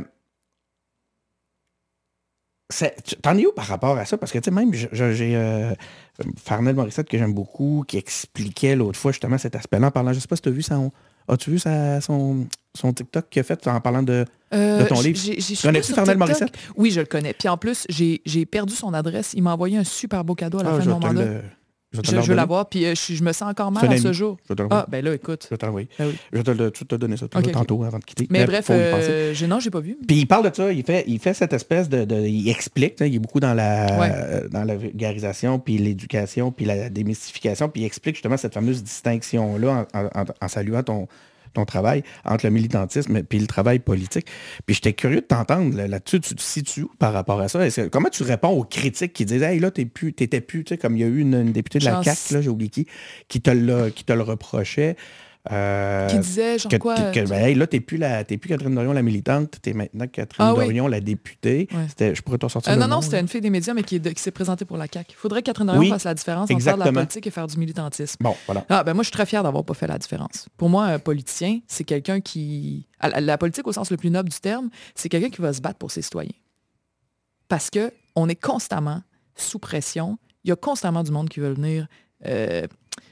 T'en es où par rapport à ça? Parce que, tu sais, même, j'ai euh, Farnell Morissette, que j'aime beaucoup, qui expliquait l'autre fois, justement, cet aspect-là, en parlant, je sais pas si tu as vu son... As-tu vu sa, son, son TikTok qu'il a fait en parlant de, euh, de ton livre? J'ai, j'ai, tu connais-tu Farnell Morissette? Oui, je le connais. Puis en plus, j'ai, j'ai perdu son adresse. Il m'a envoyé un super beau cadeau à la ah, fin de mon mandat. Le... Je, je, je veux l'avoir, puis euh, je, je me sens encore mal à ce jour. Ah, ben là, écoute. Je vais t'envoyer. Ben oui. Je vais te, le, te donner ça okay, tantôt okay. avant de quitter. Mais, mais bref, euh, j'ai, non, j'ai pas vu. Puis il parle de ça, il fait, il fait cette espèce de... de il explique, il est beaucoup dans la, ouais. euh, dans la vulgarisation, puis l'éducation, puis la démystification, puis il explique justement cette fameuse distinction-là en, en, en saluant ton... ton travail entre le militantisme et le travail politique. Puis j'étais curieux de t'entendre là-dessus. Tu te situes où par rapport à ça? Est-ce, comment tu réponds aux critiques qui disent « Hey, là, t'es plus, t'étais plus... » Tu sais, comme il y a eu une, une députée de la C A Q, là, j'ai oublié qui, qui te, l'a, qui te le reprochait. Euh, qui disait, genre que, quoi? Que, ben, hey, là, t'es plus, la, t'es plus Catherine Dorion, la militante, t'es maintenant Catherine ah, Dorion, oui. la députée. Ouais. C'était, je pourrais t'en sortir euh, Non, non, nom, c'était là. Une fille des médias, mais qui, est de, qui s'est présentée pour la C A Q. Il faudrait que Catherine Dorion oui, fasse la différence entre faire de la politique et faire du militantisme. Bon, voilà. Ah, ben moi, je suis très fière d'avoir pas fait la différence. Pour moi, un politicien, c'est quelqu'un qui... La politique, au sens le plus noble du terme, c'est quelqu'un qui va se battre pour ses citoyens. Parce qu'on est constamment sous pression. Il y a constamment du monde qui veut venir... Euh,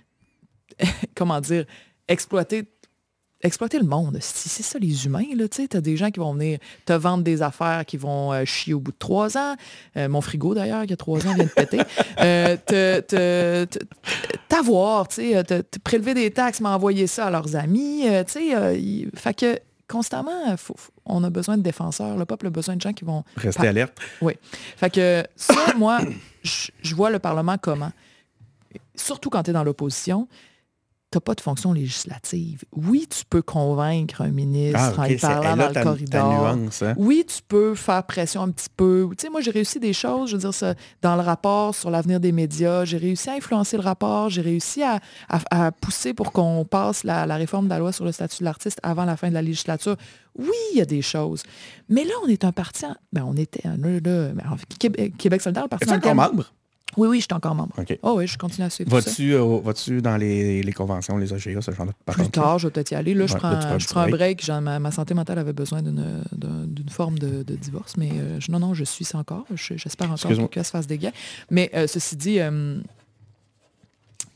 comment dire... exploiter... Exploiter le monde, c'est, c'est ça les humains, là, tu sais, t'as des gens qui vont venir te vendre des affaires qui vont euh, chier au bout de trois ans. Euh, mon frigo, d'ailleurs, qui a trois ans, vient de péter. Euh, te, te, te, t'avoir, tu sais, te, te prélever des taxes, m'envoyer ça à leurs amis, euh, tu sais, euh, il, fait que constamment, faut, faut, on a besoin de défenseurs, le peuple a besoin de gens qui vont... Rester par... alerte. Oui. Fait que ça, moi, je vois le Parlement comment? Surtout quand tu es dans l'opposition, tu n'as pas de fonction législative. Oui, tu peux convaincre un ministre ah, okay. en lui parlant dans le ta, corridor. Ta nuance, hein? Oui, tu peux faire pression un petit peu. Tu sais, moi, j'ai réussi des choses, je veux dire, ça, dans le rapport sur l'avenir des médias. J'ai réussi à influencer le rapport. J'ai réussi à, à, à pousser pour qu'on passe la, la réforme de la loi sur le statut de l'artiste avant la fin de la législature. Oui, il y a des choses. Mais là, on est un parti... En, ben, on était... Là, là, Québec, Québec solidaire, le parti... Est-ce encore membre? Oui, oui, je suis encore membre. Okay. Oh oui, je continue à suivre vas-tu, ça. Euh, vas-tu dans les, les conventions, les A G A, ce genre de Plus contre, tard, je vais peut-être y aller. Là, ouais, je prends, là, je prends un break. Genre, ma, ma santé mentale avait besoin d'une, d'une, d'une forme de, de divorce. Mais euh, je, non, non, je suis ça encore. Je, j'espère encore Excuse-moi. que Q S fasse des gains. Mais euh, ceci dit, euh,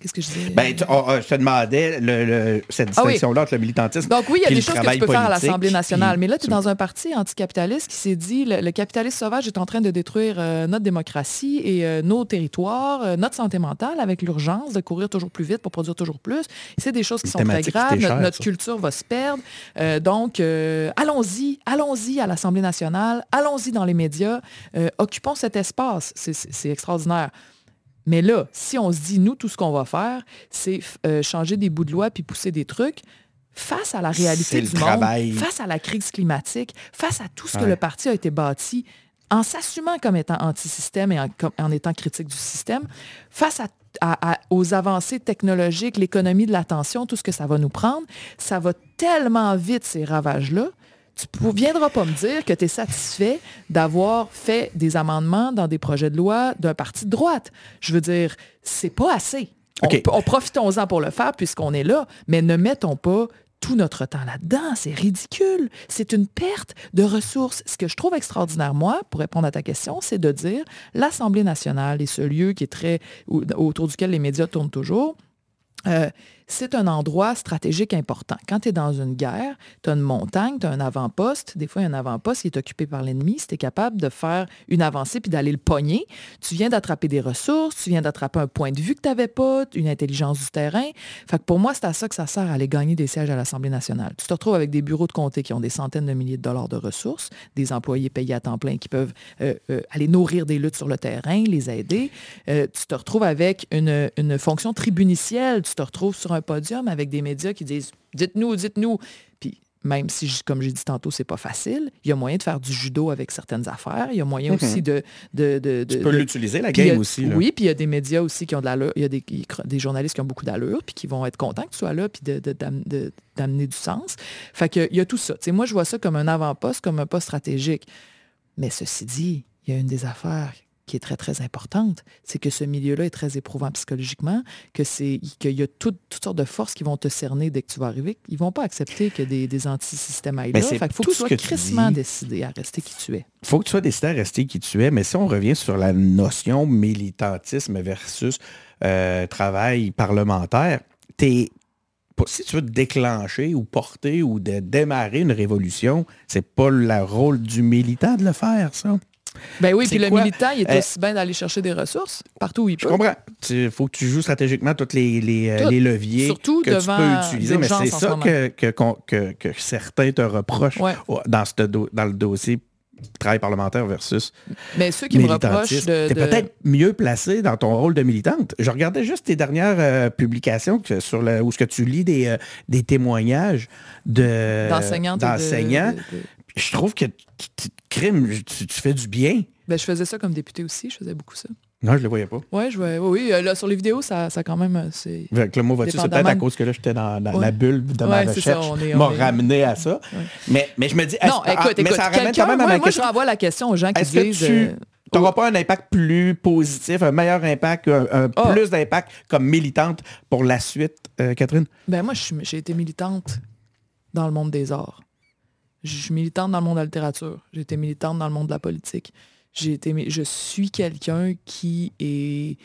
Qu'est-ce que je disais? Ben, tu, oh, oh, je te demandais le, le, cette distinction-là ah oui. entre le militantisme. Donc oui, il y a des choses que tu peux faire à l'Assemblée nationale. Puis, mais là, tu es tu... dans un parti anticapitaliste qui s'est dit le, le capitalisme sauvage est en train de détruire euh, notre démocratie et euh, nos territoires, euh, notre santé mentale avec l'urgence de courir toujours plus vite pour produire toujours plus. C'est des choses qui sont très graves. Cher, notre, notre culture va se perdre. Euh, donc, euh, allons-y, allons-y à l'Assemblée nationale, allons-y dans les médias, euh, occupons cet espace. C'est, c'est, c'est extraordinaire. Mais là, si on se dit, nous, tout ce qu'on va faire, c'est euh, changer des bouts de loi puis pousser des trucs, face à la réalité du monde, face à la crise climatique, face à tout ce ouais. que le parti a été bâti, en s'assumant comme étant anti-système et en, comme, en étant critique du système, face à, à, à, aux avancées technologiques, l'économie de l'attention, tout ce que ça va nous prendre, ça va tellement vite, ces ravages-là. Tu ne viendras pas me dire que tu es satisfait d'avoir fait des amendements dans des projets de loi d'un parti de droite. Je veux dire, c'est pas assez. Okay. On, on profitons-en pour le faire puisqu'on est là, mais ne mettons pas tout notre temps là-dedans. C'est ridicule. C'est une perte de ressources. Ce que je trouve extraordinaire, moi, pour répondre à ta question, c'est de dire l'Assemblée nationale est ce lieu qui est très autour duquel les médias tournent toujours. Euh, c'est un endroit stratégique important. Quand tu es dans une guerre, tu as une montagne, tu as un avant-poste. Des fois, il y a un avant-poste qui est occupé par l'ennemi. Si tu es capable de faire une avancée puis d'aller le pogner, tu viens d'attraper des ressources, tu viens d'attraper un point de vue que tu n'avais pas, une intelligence du terrain. Fait que pour moi, c'est à ça que ça sert à aller gagner des sièges à l'Assemblée nationale. Tu te retrouves avec des bureaux de comté qui ont des centaines de milliers de dollars de ressources, des employés payés à temps plein qui peuvent euh, euh, aller nourrir des luttes sur le terrain, les aider. Euh, tu te retrouves avec une, une fonction tribunicielle. Tu te retrouves sur un un podium avec des médias qui disent « dites-nous, dites-nous ». Puis même si, comme j'ai dit tantôt, c'est pas facile, il y a moyen de faire du judo avec certaines affaires. Il y a moyen mm-hmm. aussi de... de, de, de tu peux de, l'utiliser, la game a, aussi. Là. Oui, puis il y a des médias aussi qui ont de l'allure. Il y a des, des journalistes qui ont beaucoup d'allure puis qui vont être contents que tu sois là puis de, de, de, d'amener du sens. Fait que, il y a tout ça. T'sais, moi, je vois ça comme un avant-poste, comme un poste stratégique. Mais ceci dit, il y a une des affaires qui est très, très importante, c'est que ce milieu-là est très éprouvant psychologiquement, que c'est, qu'il y a tout, toutes sortes de forces qui vont te cerner dès que tu vas arriver. Ils ne vont pas accepter que des, des anti-systèmes aillent là. Fait qu'il faut que tu sois crissement décidé à rester qui tu es. Il faut que tu sois décidé à rester qui tu es, mais si on revient sur la notion militantisme versus euh, travail parlementaire, t'es... si tu veux déclencher ou porter ou de démarrer une révolution, c'est pas le rôle du militant de le faire, ça. Ben oui, puis le militant, il est euh, aussi bien d'aller chercher des ressources partout où il peut. Je comprends. Il faut que tu joues stratégiquement tous les, les, Tout. les leviers Surtout que tu peux utiliser. Mais c'est ça que, que, que, que certains te reprochent ouais. dans, ce do, dans le dossier travail parlementaire versus mais ceux qui me reprochent de... T'es de... peut-être mieux placé dans ton rôle de militante. Je regardais juste tes dernières euh, publications que, sur le, où ce que tu lis des, euh, des témoignages de, d'enseignants. d'enseignants. De, de, de... Je trouve que crime, tu, tu fais du bien. Ben, je faisais ça comme député aussi, je faisais beaucoup ça. Non, je le voyais pas. Ouais, je voyais, oui, oui, là, sur les vidéos, ça, ça quand même, c'est... Avec le mot voiture, c'est peut-être à cause que là, j'étais dans, dans ouais. la bulle de ma ouais, recherche, m'a ramené à ça. Ouais. Mais, mais je me dis... Non, écoute, ah, écoute, mais ça ramène quand même à ma moi, question. Moi, je renvoie la question aux gens qui Est-ce disent... Que tu euh, n'auras pas un impact plus positif, un meilleur impact, un, un oh. plus d'impact comme militante pour la suite, euh, Catherine? Ben moi, je, j'ai été militante dans le monde des arts. Je suis militante dans le monde de la littérature. J'ai été militante dans le monde de la politique. J'ai été, je suis quelqu'un qui est...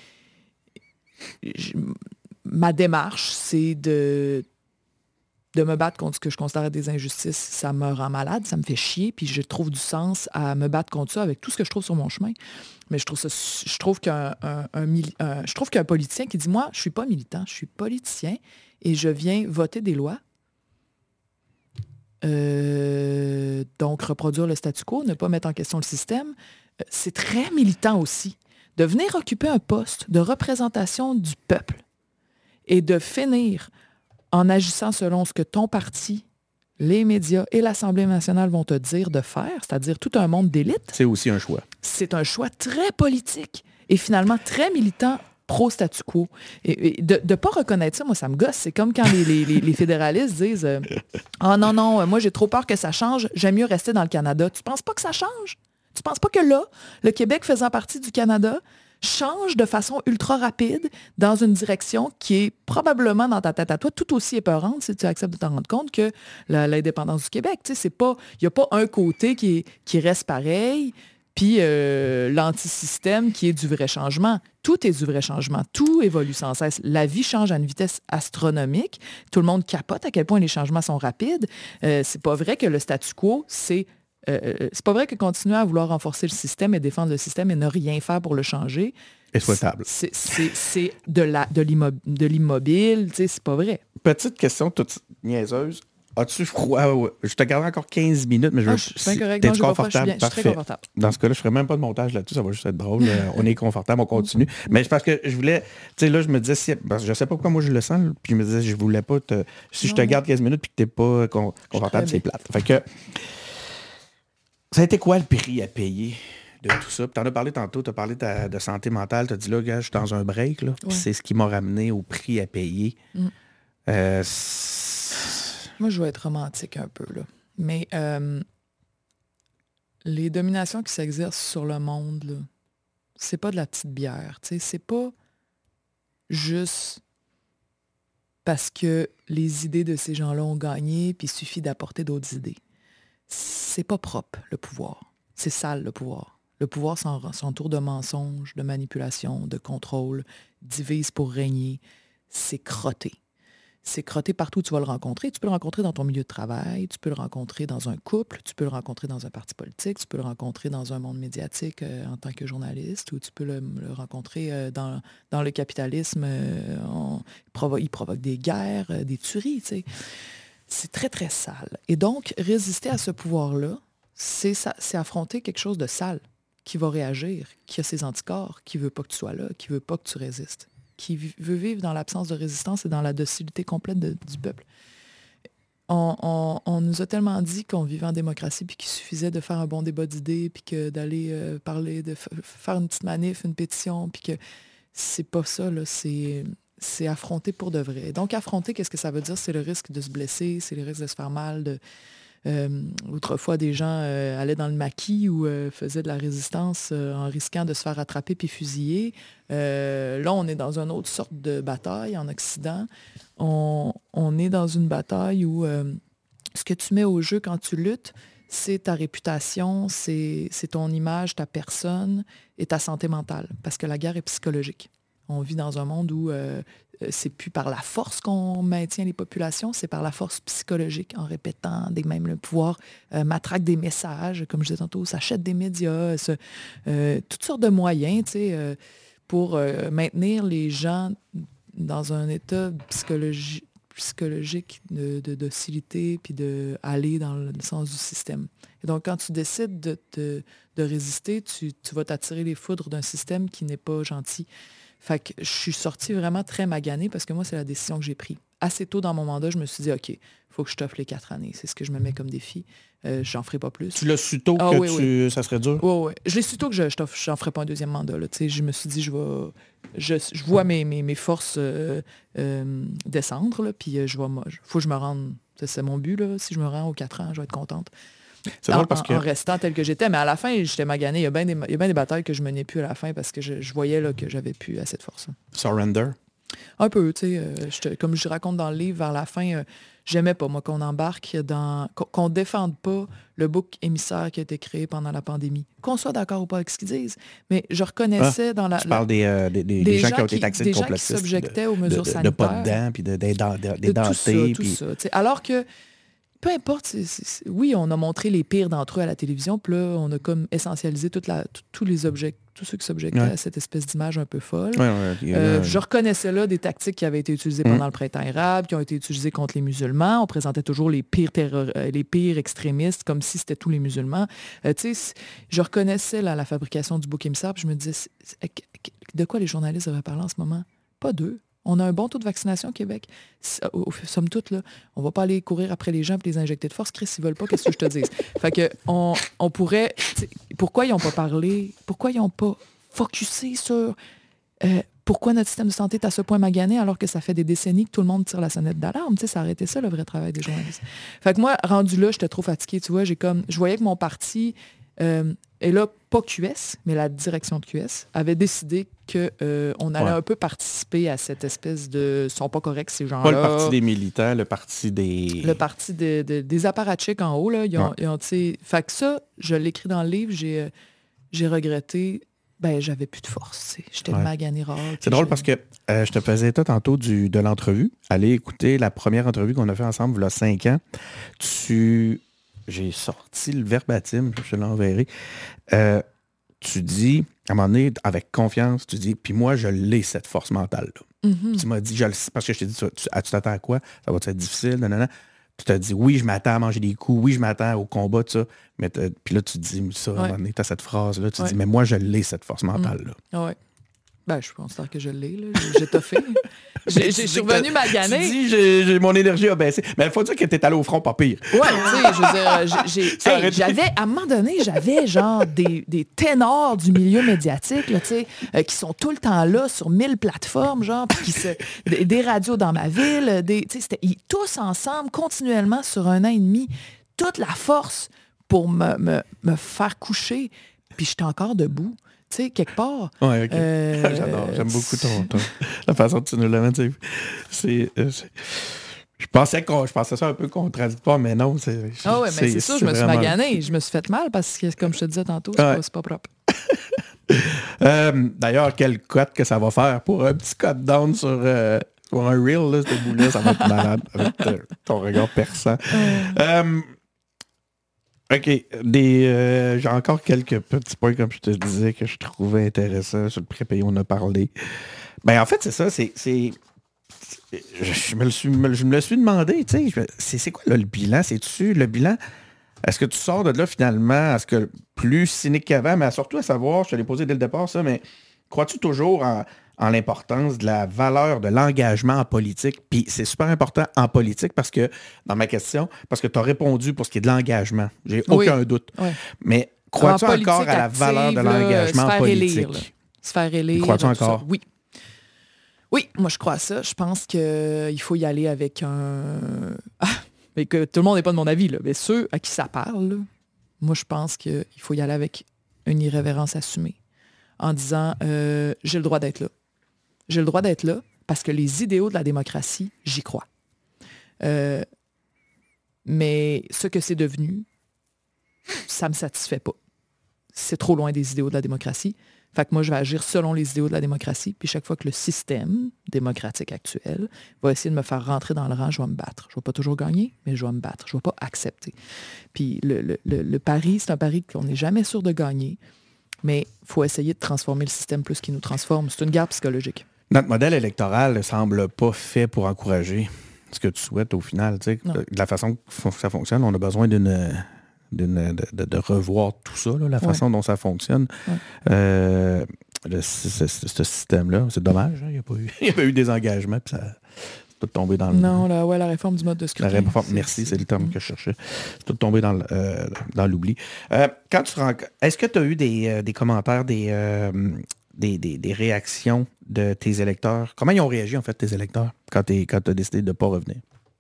Je, ma démarche, c'est de, de me battre contre ce que je considère des injustices. Ça me rend malade, ça me fait chier, puis je trouve du sens à me battre contre ça avec tout ce que je trouve sur mon chemin. Mais je trouve ça, je trouve qu'un, un, un, un, je trouve qu'un politicien qui dit, moi, je suis pas militant, je suis politicien et je viens voter des lois. Euh, donc, reproduire le statu quo, ne pas mettre en question le système, euh, c'est très militant aussi. De venir occuper un poste de représentation du peuple et de finir en agissant selon ce que ton parti, les médias et l'Assemblée nationale vont te dire de faire, c'est-à-dire tout un monde d'élite. C'est aussi un choix. C'est un choix très politique et finalement très militant pro-statu quo. Et, et de ne pas reconnaître ça, moi, ça me gosse. C'est comme quand les, les, les fédéralistes disent euh, « Ah oh non, non, moi, j'ai trop peur que ça change. J'aime mieux rester dans le Canada. » Tu ne penses pas que ça change? Tu ne penses pas que là, le Québec faisant partie du Canada, change de façon ultra rapide dans une direction qui est probablement dans ta tête à toi tout aussi épeurante si tu acceptes de t'en rendre compte que la, l'indépendance du Québec. Tu sais, c'est pas, il n'y a pas un côté qui, est, qui reste pareil. puis euh, l'antisystème qui est du vrai changement. Tout est du vrai changement. Tout évolue sans cesse. La vie change à une vitesse astronomique. Tout le monde capote à quel point les changements sont rapides. Euh, c'est pas vrai que le statu quo, c'est... Euh, c'est pas vrai que continuer à vouloir renforcer le système et défendre le système et ne rien faire pour le changer... est souhaitable. C'est, c'est, c'est de, la, de, l'immob, de l'immobile, tu sais, c'est pas vrai. Petite question toute niaiseuse. As-tu froid? Je te garderai encore quinze minutes, mais je veux... Ah, je suis bien correct. T'es Non, je confortable? pas, je suis bien, je suis très confortable. Dans ce cas-là, je ferai même pas de montage là-dessus, ça va juste être drôle. On est confortable, on continue. Mais c'est parce que je voulais... Tu sais, là, je me disais, si, parce que je sais pas pourquoi moi je le sens, puis je me disais, je voulais pas te... Si non. je te garde quinze minutes puis que t'es pas con, confortable, c'est plate. Fait que... Ça a été quoi le prix à payer de tout ça? Tu en as parlé tantôt, tu as parlé de, de santé mentale, tu as dit là, gars, je suis dans un break, là, ouais. C'est ce qui m'a ramené au prix à payer. Mm. Euh, Moi, je vais être romantique un peu, là. Mais euh, les dominations qui s'exercent sur le monde, là, c'est pas de la petite bière. Tu sais, c'est pas juste parce que les idées de ces gens-là ont gagné, puis il suffit d'apporter d'autres idées. C'est pas propre, le pouvoir. C'est sale, le pouvoir. Le pouvoir s'entoure de mensonges, de manipulations, de contrôle, divise pour régner. C'est crotté. C'est crotté partout où tu vas le rencontrer. Tu peux le rencontrer dans ton milieu de travail, tu peux le rencontrer dans un couple, tu peux le rencontrer dans un parti politique, tu peux le rencontrer dans un monde médiatique euh, en tant que journaliste, ou tu peux le, le rencontrer euh, dans, dans le capitalisme. Euh, on, il, provoque, il provoque des guerres, euh, des tueries, tu sais. C'est très, très sale. Et donc, résister à ce pouvoir-là, c'est, ça, c'est affronter quelque chose de sale qui va réagir, qui a ses anticorps, qui ne veut pas que tu sois là, qui ne veut pas que tu résistes, qui veut vivre dans l'absence de résistance et dans la docilité complète de, du peuple. On, on, on nous a tellement dit qu'on vivait en démocratie puis qu'il suffisait de faire un bon débat d'idées puis que d'aller euh, parler, de f- faire une petite manif, une pétition, puis que c'est pas ça, là, c'est... c'est affronter pour de vrai. Donc, affronter, qu'est-ce que ça veut dire? C'est le risque de se blesser, c'est le risque de se faire mal. De, euh, autrefois, des gens euh, allaient dans le maquis ou euh, faisaient de la résistance euh, en risquant de se faire attraper puis fusiller. Euh, là, on est dans une autre sorte de bataille en Occident. On, on est dans une bataille où euh, ce que tu mets au jeu quand tu luttes, c'est ta réputation, c'est, c'est ton image, ta personne et ta santé mentale. Parce que la guerre est psychologique. On vit dans un monde où euh, c'est plus par la force qu'on maintient les populations, c'est par la force psychologique, en répétant des mêmes le pouvoir, euh, matraque des messages, comme je disais tantôt, s'achète des médias, ce, euh, toutes sortes de moyens, tu sais, euh, pour euh, maintenir les gens dans un état psychologi- psychologique de, de docilité, puis d'aller dans le sens du système. Et donc, quand tu décides de, de, de résister, tu, tu vas t'attirer les foudres d'un système qui n'est pas gentil. Fait que je suis sortie vraiment très maganée parce que moi, c'est la décision que j'ai prise. Assez tôt dans mon mandat, je me suis dit, OK, il faut que je t'offre les quatre années. C'est ce que je me mets comme défi. Euh, j'en ferai pas plus. Tu l'as su tôt ah, que oui, tu... oui. ça serait dur? Oui, oui. Je l'ai su tôt que je n'en ferai pas un deuxième mandat. Là. Je me suis dit, je vais... Je, je vois mes, mes, mes forces euh, euh, descendre, là, puis je vais... Il faut que je me rende... C'est mon but, là. Si je me rends aux quatre ans, je vais être contente. C'est drôle parce que... En restant tel que j'étais. Mais à la fin, j'étais maganée. Il y a bien des, il y a bien des batailles que je menais plus à la fin parce que je, je voyais là, que j'avais plus assez de force. Surrender? Un peu, tu sais. Euh, comme je raconte dans le livre, vers la fin, euh, j'aimais pas, moi, qu'on embarque dans... qu'on ne défende pas le bouc émissaire qui a été créé pendant la pandémie. Qu'on soit d'accord ou pas avec ce qu'ils disent. Mais je reconnaissais ah, dans la... Tu parles des, euh, des, des, des gens, gens qui ont été taxés de complotistes. Des gens qui s'objectaient aux mesures de, de, sanitaires. De pas de dents, puis de, des dents, des de dentés. Tout ça, tout ça. Alors que... Peu importe, c'est, c'est, oui, on a montré les pires d'entre eux à la télévision, puis là, on a comme essentialisé toute la, tout, tous les objets, tous ceux qui s'objectaient ouais. à cette espèce d'image un peu folle. Ouais, ouais, yeah, euh, yeah. Je reconnaissais là des tactiques qui avaient été utilisées pendant mmh. le printemps arabe, qui ont été utilisées contre les musulmans. On présentait toujours les pires, terror, les pires extrémistes comme si c'était tous les musulmans. Euh, tu sais, je reconnaissais là, la fabrication du bouc émissaire, puis je me disais, c'est, c'est, de quoi les journalistes avaient parlé en ce moment? Pas d'eux. On a un bon taux de vaccination au Québec. Somme toute, là, on ne va pas aller courir après les gens et les injecter de force. Chris, ils ne veulent pas, qu'est-ce que je te dise? Fait que on, on pourrait... Pourquoi ils n'ont pas parlé? Pourquoi ils n'ont pas focusé sur euh, pourquoi notre système de santé est à ce point magané alors que ça fait des décennies que tout le monde tire la sonnette d'alarme? Ça a arrêté ça, le vrai travail des journalistes. Fait que moi, rendu là, j'étais trop fatiguée. Tu vois, j'ai comme, je voyais que mon parti... Euh, et là, pas Q S, mais la direction de Q S avait décidé qu'on euh, allait ouais. un peu participer à cette espèce de... Ils sont pas corrects, ces gens-là. Pas le parti des militants, le parti des... Le parti de, de, des apparatchiks en haut, là. Ils ont, ouais. ils ont, fait que ça, je l'écris dans le livre, j'ai, j'ai regretté, ben j'avais plus de force. J'étais ouais. maganée rare. C'est drôle je... parce que euh, je te faisais état tantôt du, de l'entrevue. Allez écouter la première entrevue qu'on a fait ensemble il y a cinq ans. Tu... J'ai sorti le verbatim, je l'enverrai. Euh, tu dis, à un moment donné, avec confiance, tu dis, puis moi, je l'ai, cette force mentale-là. Mm-hmm. Tu m'as dit, je le sais, parce que je t'ai dit, tu, tu, tu t'attends à quoi? Ça va être difficile? Nanana. Tu t'as dit, oui, je m'attends à manger des coups, oui, je m'attends au combat, tout ça. Mais puis là, tu te dis ça, ouais. à un moment donné, tu as cette phrase-là, tu ouais. dis, mais moi, je l'ai, cette force mentale-là. Mm. Ouais. Ben, je considère que je l'ai, là. J'ai, j'ai toffé. J'ai, j'ai, je suis revenu maganer. Tu dis, j'ai, j'ai, mon énergie a baissé. Mais il faut dire que t'es allé au front, pas pire. Ouais, tu sais, je veux dire, j'ai, j'ai, hey, j'avais, à un moment donné, j'avais genre des, des ténors du milieu médiatique, là, tu sais, euh, qui sont tout le temps là sur mille plateformes, genre, puis qui se, des, des radios dans ma ville, des, tu sais, c'était ils, tous ensemble, continuellement, sur un an et demi, toute la force pour me, me, me faire coucher, puis j'étais encore debout. Tu sais, quelque part. Oui, OK. Euh, J'adore. J'aime beaucoup ton, ton, la façon dont tu nous l'amènes. C'est, c'est, c'est, je, pensais qu'on, je pensais ça un peu contradictoire, mais non. C'est, ah oui, mais c'est, c'est ça, je me suis maganée. Je me suis fait mal parce que, comme je te disais tantôt, c'est, ouais. pas, c'est pas propre. euh, d'ailleurs, quelle cote que ça va faire pour un petit cut down sur, euh, sur un reel, là, ce bout-là, ça va être malade avec euh, ton regard perçant. euh, OK. Des, euh, j'ai encore quelques petits points, comme je te disais, que je trouvais intéressants. Sur le prépayé, on a parlé. Ben, en fait, c'est ça. C'est, c'est, c'est je, me le suis, me, je me le suis demandé, tu sais. C'est, c'est quoi, là, le bilan? C'est-tu le bilan? Est-ce que tu sors de là, finalement, est-ce que plus cynique qu'avant, mais surtout à savoir, je te l'ai posé dès le départ, ça, mais crois-tu toujours en... en l'importance de la valeur de l'engagement en politique. Puis c'est super important en politique parce que, dans ma question, parce que tu as répondu pour ce qui est de l'engagement. J'ai oui. aucun doute. Oui. Mais crois-tu en encore à la active, valeur de l'engagement là, politique? Élire, se faire élire. Crois-tu encore? Ça. Oui. Oui, moi je crois à ça. Je pense qu'il faut y aller avec un... Ah, mais que tout le monde n'est pas de mon avis, là. Mais ceux à qui ça parle, là, moi je pense qu'il faut y aller avec une irrévérence assumée en disant euh, j'ai le droit d'être là. J'ai le droit d'être là parce que les idéaux de la démocratie, j'y crois. Euh, mais ce que c'est devenu, ça ne me satisfait pas. C'est trop loin des idéaux de la démocratie. Fait que moi, je vais agir selon les idéaux de la démocratie. Puis chaque fois que le système démocratique actuel va essayer de me faire rentrer dans le rang, je vais me battre. Je ne vais pas toujours gagner, mais je vais me battre. Je ne vais pas accepter. Puis le, le, le, le pari, c'est un pari qu'on n'est jamais sûr de gagner, mais il faut essayer de transformer le système plus qu'il nous transforme. C'est une guerre psychologique. Notre modèle électoral ne semble pas fait pour encourager ce que tu souhaites au final. Tu sais, de la façon que ça fonctionne, on a besoin d'une, d'une, de, de, de revoir tout ça, là, la façon ouais. dont ça fonctionne. Ouais. Euh, le, ce, ce, ce système-là, c'est dommage. Hein, il n'y a pas eu, il y a pas eu des engagements, puis ça c'est tout tombé dans le... Non, la, ouais, la réforme du mode de scrutin. La réforme, c'est, merci, c'est, c'est le terme mmh. que je cherchais. C'est tout tombé dans, le, euh, dans l'oubli. Euh, quand tu rends, est-ce que tu as eu des, euh, des commentaires, des... Euh, Des, des, des réactions de tes électeurs? Comment ils ont réagi, en fait, tes électeurs, quand tu as décidé de ne pas revenir?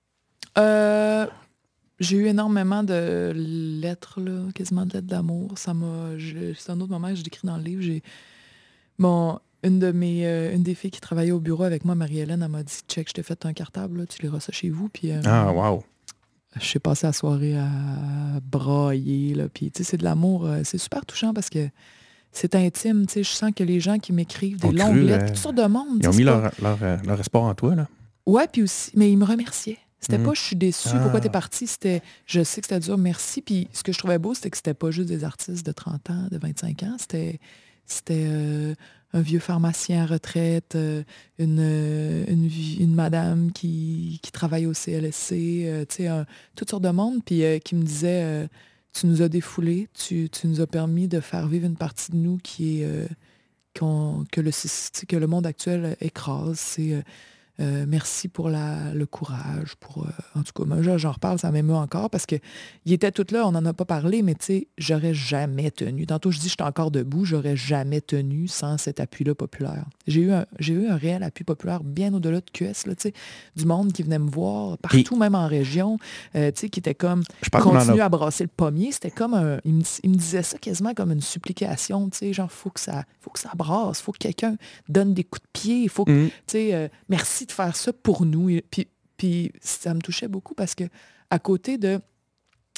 Euh, j'ai eu énormément de lettres, là, quasiment de lettres d'amour. Ça m'a, je, c'est un autre moment que je décris dans le livre. J'ai, bon, une, de mes, euh, une des filles qui travaillait au bureau avec moi, Marie-Hélène, elle m'a dit « Check, je t'ai fait un cartable, là, tu liras ça chez vous. » Puis, euh, ah, wow! Je suis passée la soirée à brailler. Là, puis, tu sais, c'est de l'amour. Euh, c'est super touchant parce que c'est intime, tu sais, je sens que les gens qui m'écrivent des longues cru, lettres, euh, toutes sortes de monde. Ils ont mis leur, leur, leur espoir en toi, là. Ouais, puis aussi, mais ils me remerciaient. C'était mmh. pas « je suis déçu, ah. pourquoi t'es parti ?» C'était « je sais que c'était dur, merci ». Puis ce que je trouvais beau, c'était que c'était pas juste des artistes de trente ans, de vingt-cinq ans. C'était, c'était euh, un vieux pharmacien à retraite, euh, une, euh, une, une madame qui, qui travaille au C L S C, euh, tu sais, euh, toutes sortes de monde, puis euh, qui me disait euh, tu nous as défoulés, tu, tu nous as permis de faire vivre une partie de nous qui est euh, qu'on, que, le, que le monde actuel écrase. C'est, euh, euh, merci pour la, le courage. Pour, euh, en tout cas, moi, j'en reparle, ça m'émeut encore parce qu'ils étaient tous là, on n'en a pas parlé, mais tu sais, j'aurais jamais tenu. Tantôt, je dis, je suis encore debout, j'aurais jamais tenu sans cet appui-là populaire. J'ai eu un, j'ai eu un réel appui populaire bien au-delà de Q S, là, tu sais, du monde qui venait me voir, partout, Puis, même en région, euh, tu sais, qui était comme, continue à brasser le pommier. C'était comme un, il me, il me disait ça quasiment comme une supplication, tu sais, genre, faut que ça, faut que ça brasse, faut que quelqu'un donne des coups de pied, il faut que, mm. tu sais, euh, merci de faire ça pour nous. Puis, puis ça me touchait beaucoup parce que à côté de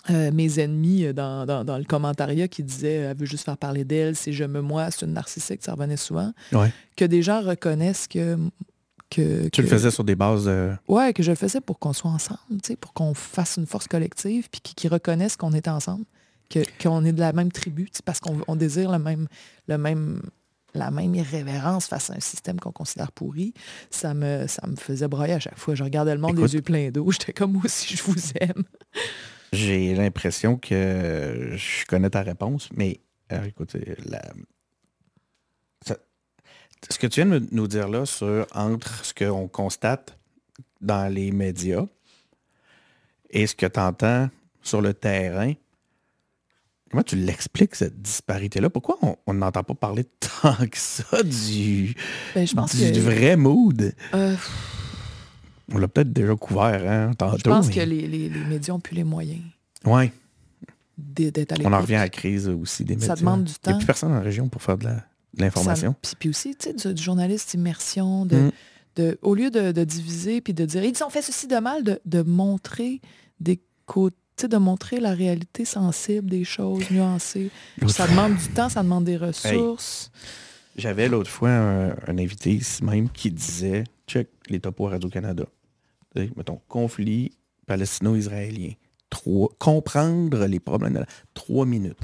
euh, mes ennemis dans, dans, dans le commentariat qui disaient « Elle veut juste faire parler d'elle, c'est je me moi, c'est une narcissique », ça revenait souvent. Ouais. Que des gens reconnaissent que... que tu que, le faisais sur des bases... Euh... Ouais, que je le faisais pour qu'on soit ensemble, pour qu'on fasse une force collective, puis qu'ils reconnaissent qu'on est ensemble, que, qu'on est de la même tribu, parce qu'on on désire le même, le même, la même irrévérence face à un système qu'on considère pourri. Ça me, ça me faisait broyer à chaque fois. Je regardais le monde Écoute, des yeux pleins d'eau. J'étais comme, moi aussi, je vous aime. J'ai l'impression que je connais ta réponse, mais euh, écoute, la... Ça... ce que tu viens de nous dire là sur entre ce qu'on constate dans les médias et ce que tu entends sur le terrain, comment tu l'expliques, cette disparité-là? Pourquoi on n'entend pas parler tant que ça du, ben, je pense du, que... du vrai mood? Euh... On l'a peut-être déjà couvert, hein, tantôt. Je pense mais... que les, les, les médias n'ont plus les moyens. Oui. D'être à on en revient à la crise aussi des médias. Ça demande du temps. Il n'y a plus personne en région pour faire de, la, de l'information. Puis, puis aussi, tu sais, du, du journaliste immersion, de, mm. de, au lieu de, de diviser puis de dire, ils ont fait ceci de mal, de, de montrer des côtés, de montrer la réalité sensible des choses, nuancées. Ça demande du temps, ça demande des ressources. Hey. J'avais l'autre fois un, un invité ici même qui disait, check les topos Radio-Canada. Mettons, conflit palestino-israélien. Trois, comprendre les problèmes de la... Trois minutes.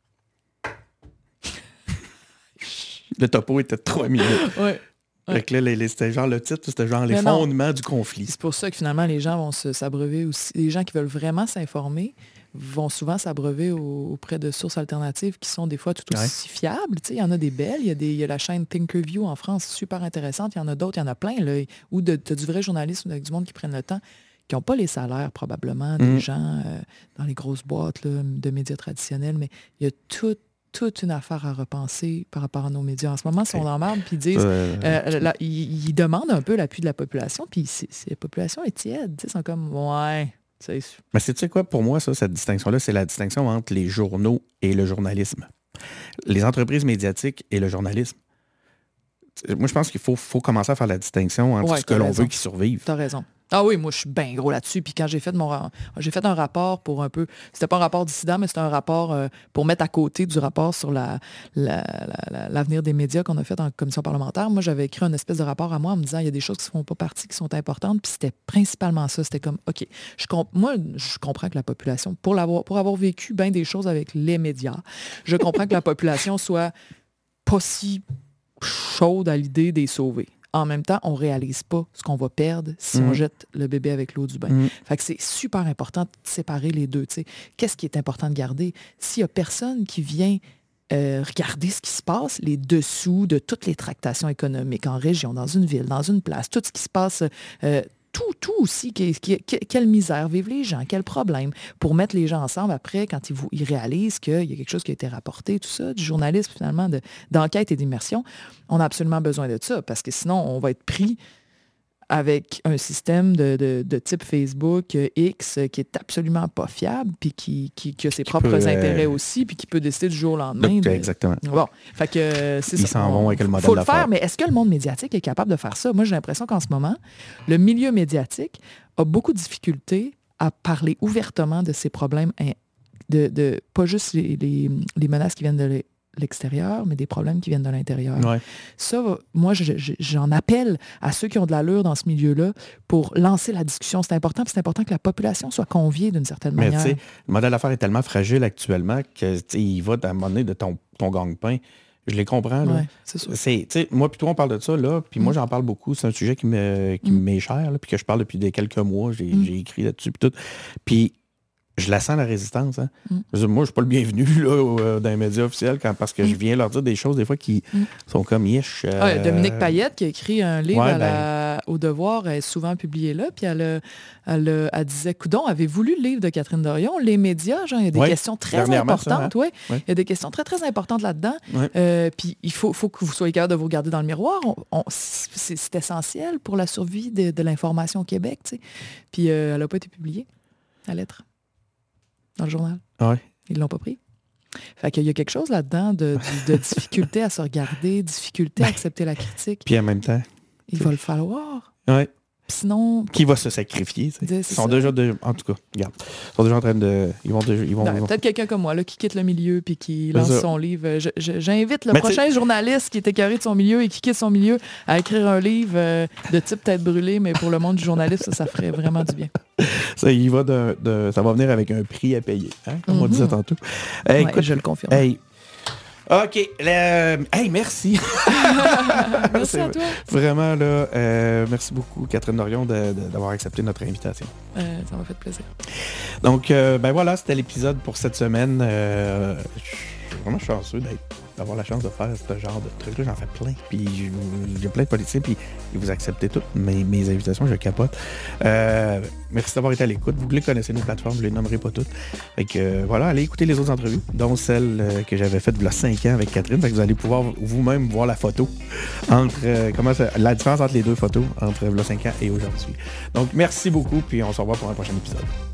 Le topo était trois minutes. Ouais. Fait ouais. que là, les, les, c'était genre le titre, c'était genre les Mais fondements non. du conflit. C'est pour ça que finalement, les gens vont se, s'abreuver aussi. Les gens qui veulent vraiment s'informer vont souvent s'abreuver au, auprès de sources alternatives qui sont des fois tout aussi ouais. fiables. Il y en a des belles. Il y a, des, il y a la chaîne Thinkerview en France, super intéressante. Il y en a d'autres, il y en a plein. Là, où tu as du vrai journalisme avec du monde qui prennent le temps, qui n'ont pas les salaires probablement des mmh. gens euh, dans les grosses boîtes là, de médias traditionnels. Mais il y a tout toute une affaire à repenser par rapport à nos médias. En ce moment, si on en marre, puis ils disent, euh, euh, là, ils, ils demandent un peu l'appui de la population, puis c'est, c'est, la population est tiède. Ils sont comme, ouais. C'est... Mais c'est, tu sais quoi, pour moi, ça, cette distinction-là, c'est la distinction entre les journaux et le journalisme. Les entreprises médiatiques et le journalisme. Moi, je pense qu'il faut, faut commencer à faire la distinction entre ouais, ce que l'on raison. veut qu'ils survivent. T'as raison. Ah oui, moi, je suis bien gros là-dessus. Puis quand j'ai fait mon j'ai fait un rapport pour un peu... C'était pas un rapport dissident, mais c'était un rapport euh, pour mettre à côté du rapport sur la, la, la, l'avenir des médias qu'on a fait en commission parlementaire. Moi, j'avais écrit un espèce de rapport à moi en me disant il y a des choses qui ne font pas partie, qui sont importantes. Puis c'était principalement ça. C'était comme, OK, je comp- moi, je comprends que la population, pour, l'avoir, pour avoir vécu bien des choses avec les médias, je comprends que la population soit pas si chaude à l'idée des sauver. En même temps, on ne réalise pas ce qu'on va perdre si mmh. on jette le bébé avec l'eau du bain. Mmh. Fait que c'est super important de séparer les deux. T'sais. Qu'est-ce qui est important de garder? S'il n'y a personne qui vient euh, regarder ce qui se passe, les dessous de toutes les tractations économiques en région, dans une ville, dans une place, tout ce qui se passe... Euh, Tout, tout aussi, qui, qui, qui, quelle misère vivent les gens, quel problème, pour mettre les gens ensemble après, quand ils, ils réalisent qu'il y a quelque chose qui a été rapporté, tout ça, du journalisme finalement, de, d'enquête et d'immersion. On a absolument besoin de ça, parce que sinon, on va être pris avec un système de, de, de type Facebook euh, X euh, qui est absolument pas fiable, puis qui, qui, qui a ses qui propres peut, intérêts euh... aussi, puis qui peut décider du jour au lendemain. Donc, de... Exactement. Bon, fait que euh, c'est Ils ça. s'en vont avec le modèle faut le d'affaires. faire, mais est-ce que le monde médiatique est capable de faire ça? Moi, j'ai l'impression qu'en ce moment, le milieu médiatique a beaucoup de difficultés à parler ouvertement de ces problèmes, de, de pas juste les, les, les menaces qui viennent de les, l'extérieur, mais des problèmes qui viennent de l'intérieur. Ouais. Ça, moi, je, je, j'en appelle à ceux qui ont de l'allure dans ce milieu-là pour lancer la discussion. C'est important, puis c'est important que la population soit conviée d'une certaine mais manière. Mais tu sais, le modèle d'affaires est tellement fragile actuellement qu'il va à un moment donné de ton, ton gagne-pain. Je les comprends, là. Ouais, c'est sûr. C'est, moi, puis toi, on parle de ça, là, puis mm. moi, j'en parle beaucoup. C'est un sujet qui, me, qui mm. m'est cher, là, puis que je parle depuis des quelques mois. J'ai, mm. j'ai écrit là-dessus, puis tout. Puis je la sens, la résistance. Hein. Mm. Je, moi, je ne suis pas le bienvenu là, euh, dans les médias officiels quand, parce que mm. je viens leur dire des choses des fois qui mm. sont comme yesh. Euh... Ah, Dominique Payette qui a écrit un livre ouais, à la, ben... au Devoir, est souvent publié là, puis elle, elle, elle disait, coudon, avez-vous lu le livre de Catherine Dorion? Les médias, genre, il y a des ouais, questions très importantes. Ça, hein? ouais. Ouais. Il y a des questions très, très importantes là-dedans. Ouais. Euh, puis il faut, faut que vous soyez capable de vous regarder dans le miroir. On, on, c'est, c'est essentiel pour la survie de, de l'information au Québec. T'sais. Puis euh, elle n'a pas été publiée, la lettre. Dans le journal. Ouais. Ils ne l'ont pas pris. Fait qu'il y a quelque chose là-dedans de, de, de difficulté à se regarder, difficulté à accepter la critique. Puis en même temps. Il va le falloir. Ouais. sinon... Qui va se sacrifier? Ils sont ça. déjà... De... En tout cas, regarde. Ils sont déjà en train de... Ils vont... De... Ils vont... Non, peut-être quelqu'un comme moi là, qui quitte le milieu puis qui lance son livre. Je, je, j'invite le Mais prochain t'sais... journaliste qui est écœuré de son milieu et qui quitte son milieu à écrire un livre euh, de type tête brûlée, mais pour le monde du journalisme, ça, ça ferait vraiment du bien. Ça, il va de, de... ça va venir avec un prix à payer, hein, comme mm-hmm. on disait tantôt. Hey, ouais, écoute, je le confirme. Hey, OK. Le... Hey, merci. Merci à toi. Vraiment, là, euh, merci beaucoup, Catherine Dorion, de, de, d'avoir accepté notre invitation. Euh, ça m'a fait plaisir. Donc, euh, ben voilà, c'était l'épisode pour cette semaine. Euh, je suis vraiment chanceux d'être, d'avoir la chance de faire ce genre de truc-là. J'en fais plein. Puis, j'ai plein de politiciens, puis vous acceptez toutes mes, mes invitations. Je capote. Euh, merci d'avoir été à l'écoute. Vous les connaissez, nos plateformes. Je les nommerai pas toutes. Fait que, euh, voilà, allez écouter les autres entrevues, dont celle euh, que j'avais faite il y a cinq ans avec Catherine. Fait que vous allez pouvoir vous-même voir la photo entre euh, comment ça, la différence entre les deux photos entre il y a cinq ans et aujourd'hui. Donc, merci beaucoup, puis on se revoit pour un prochain épisode.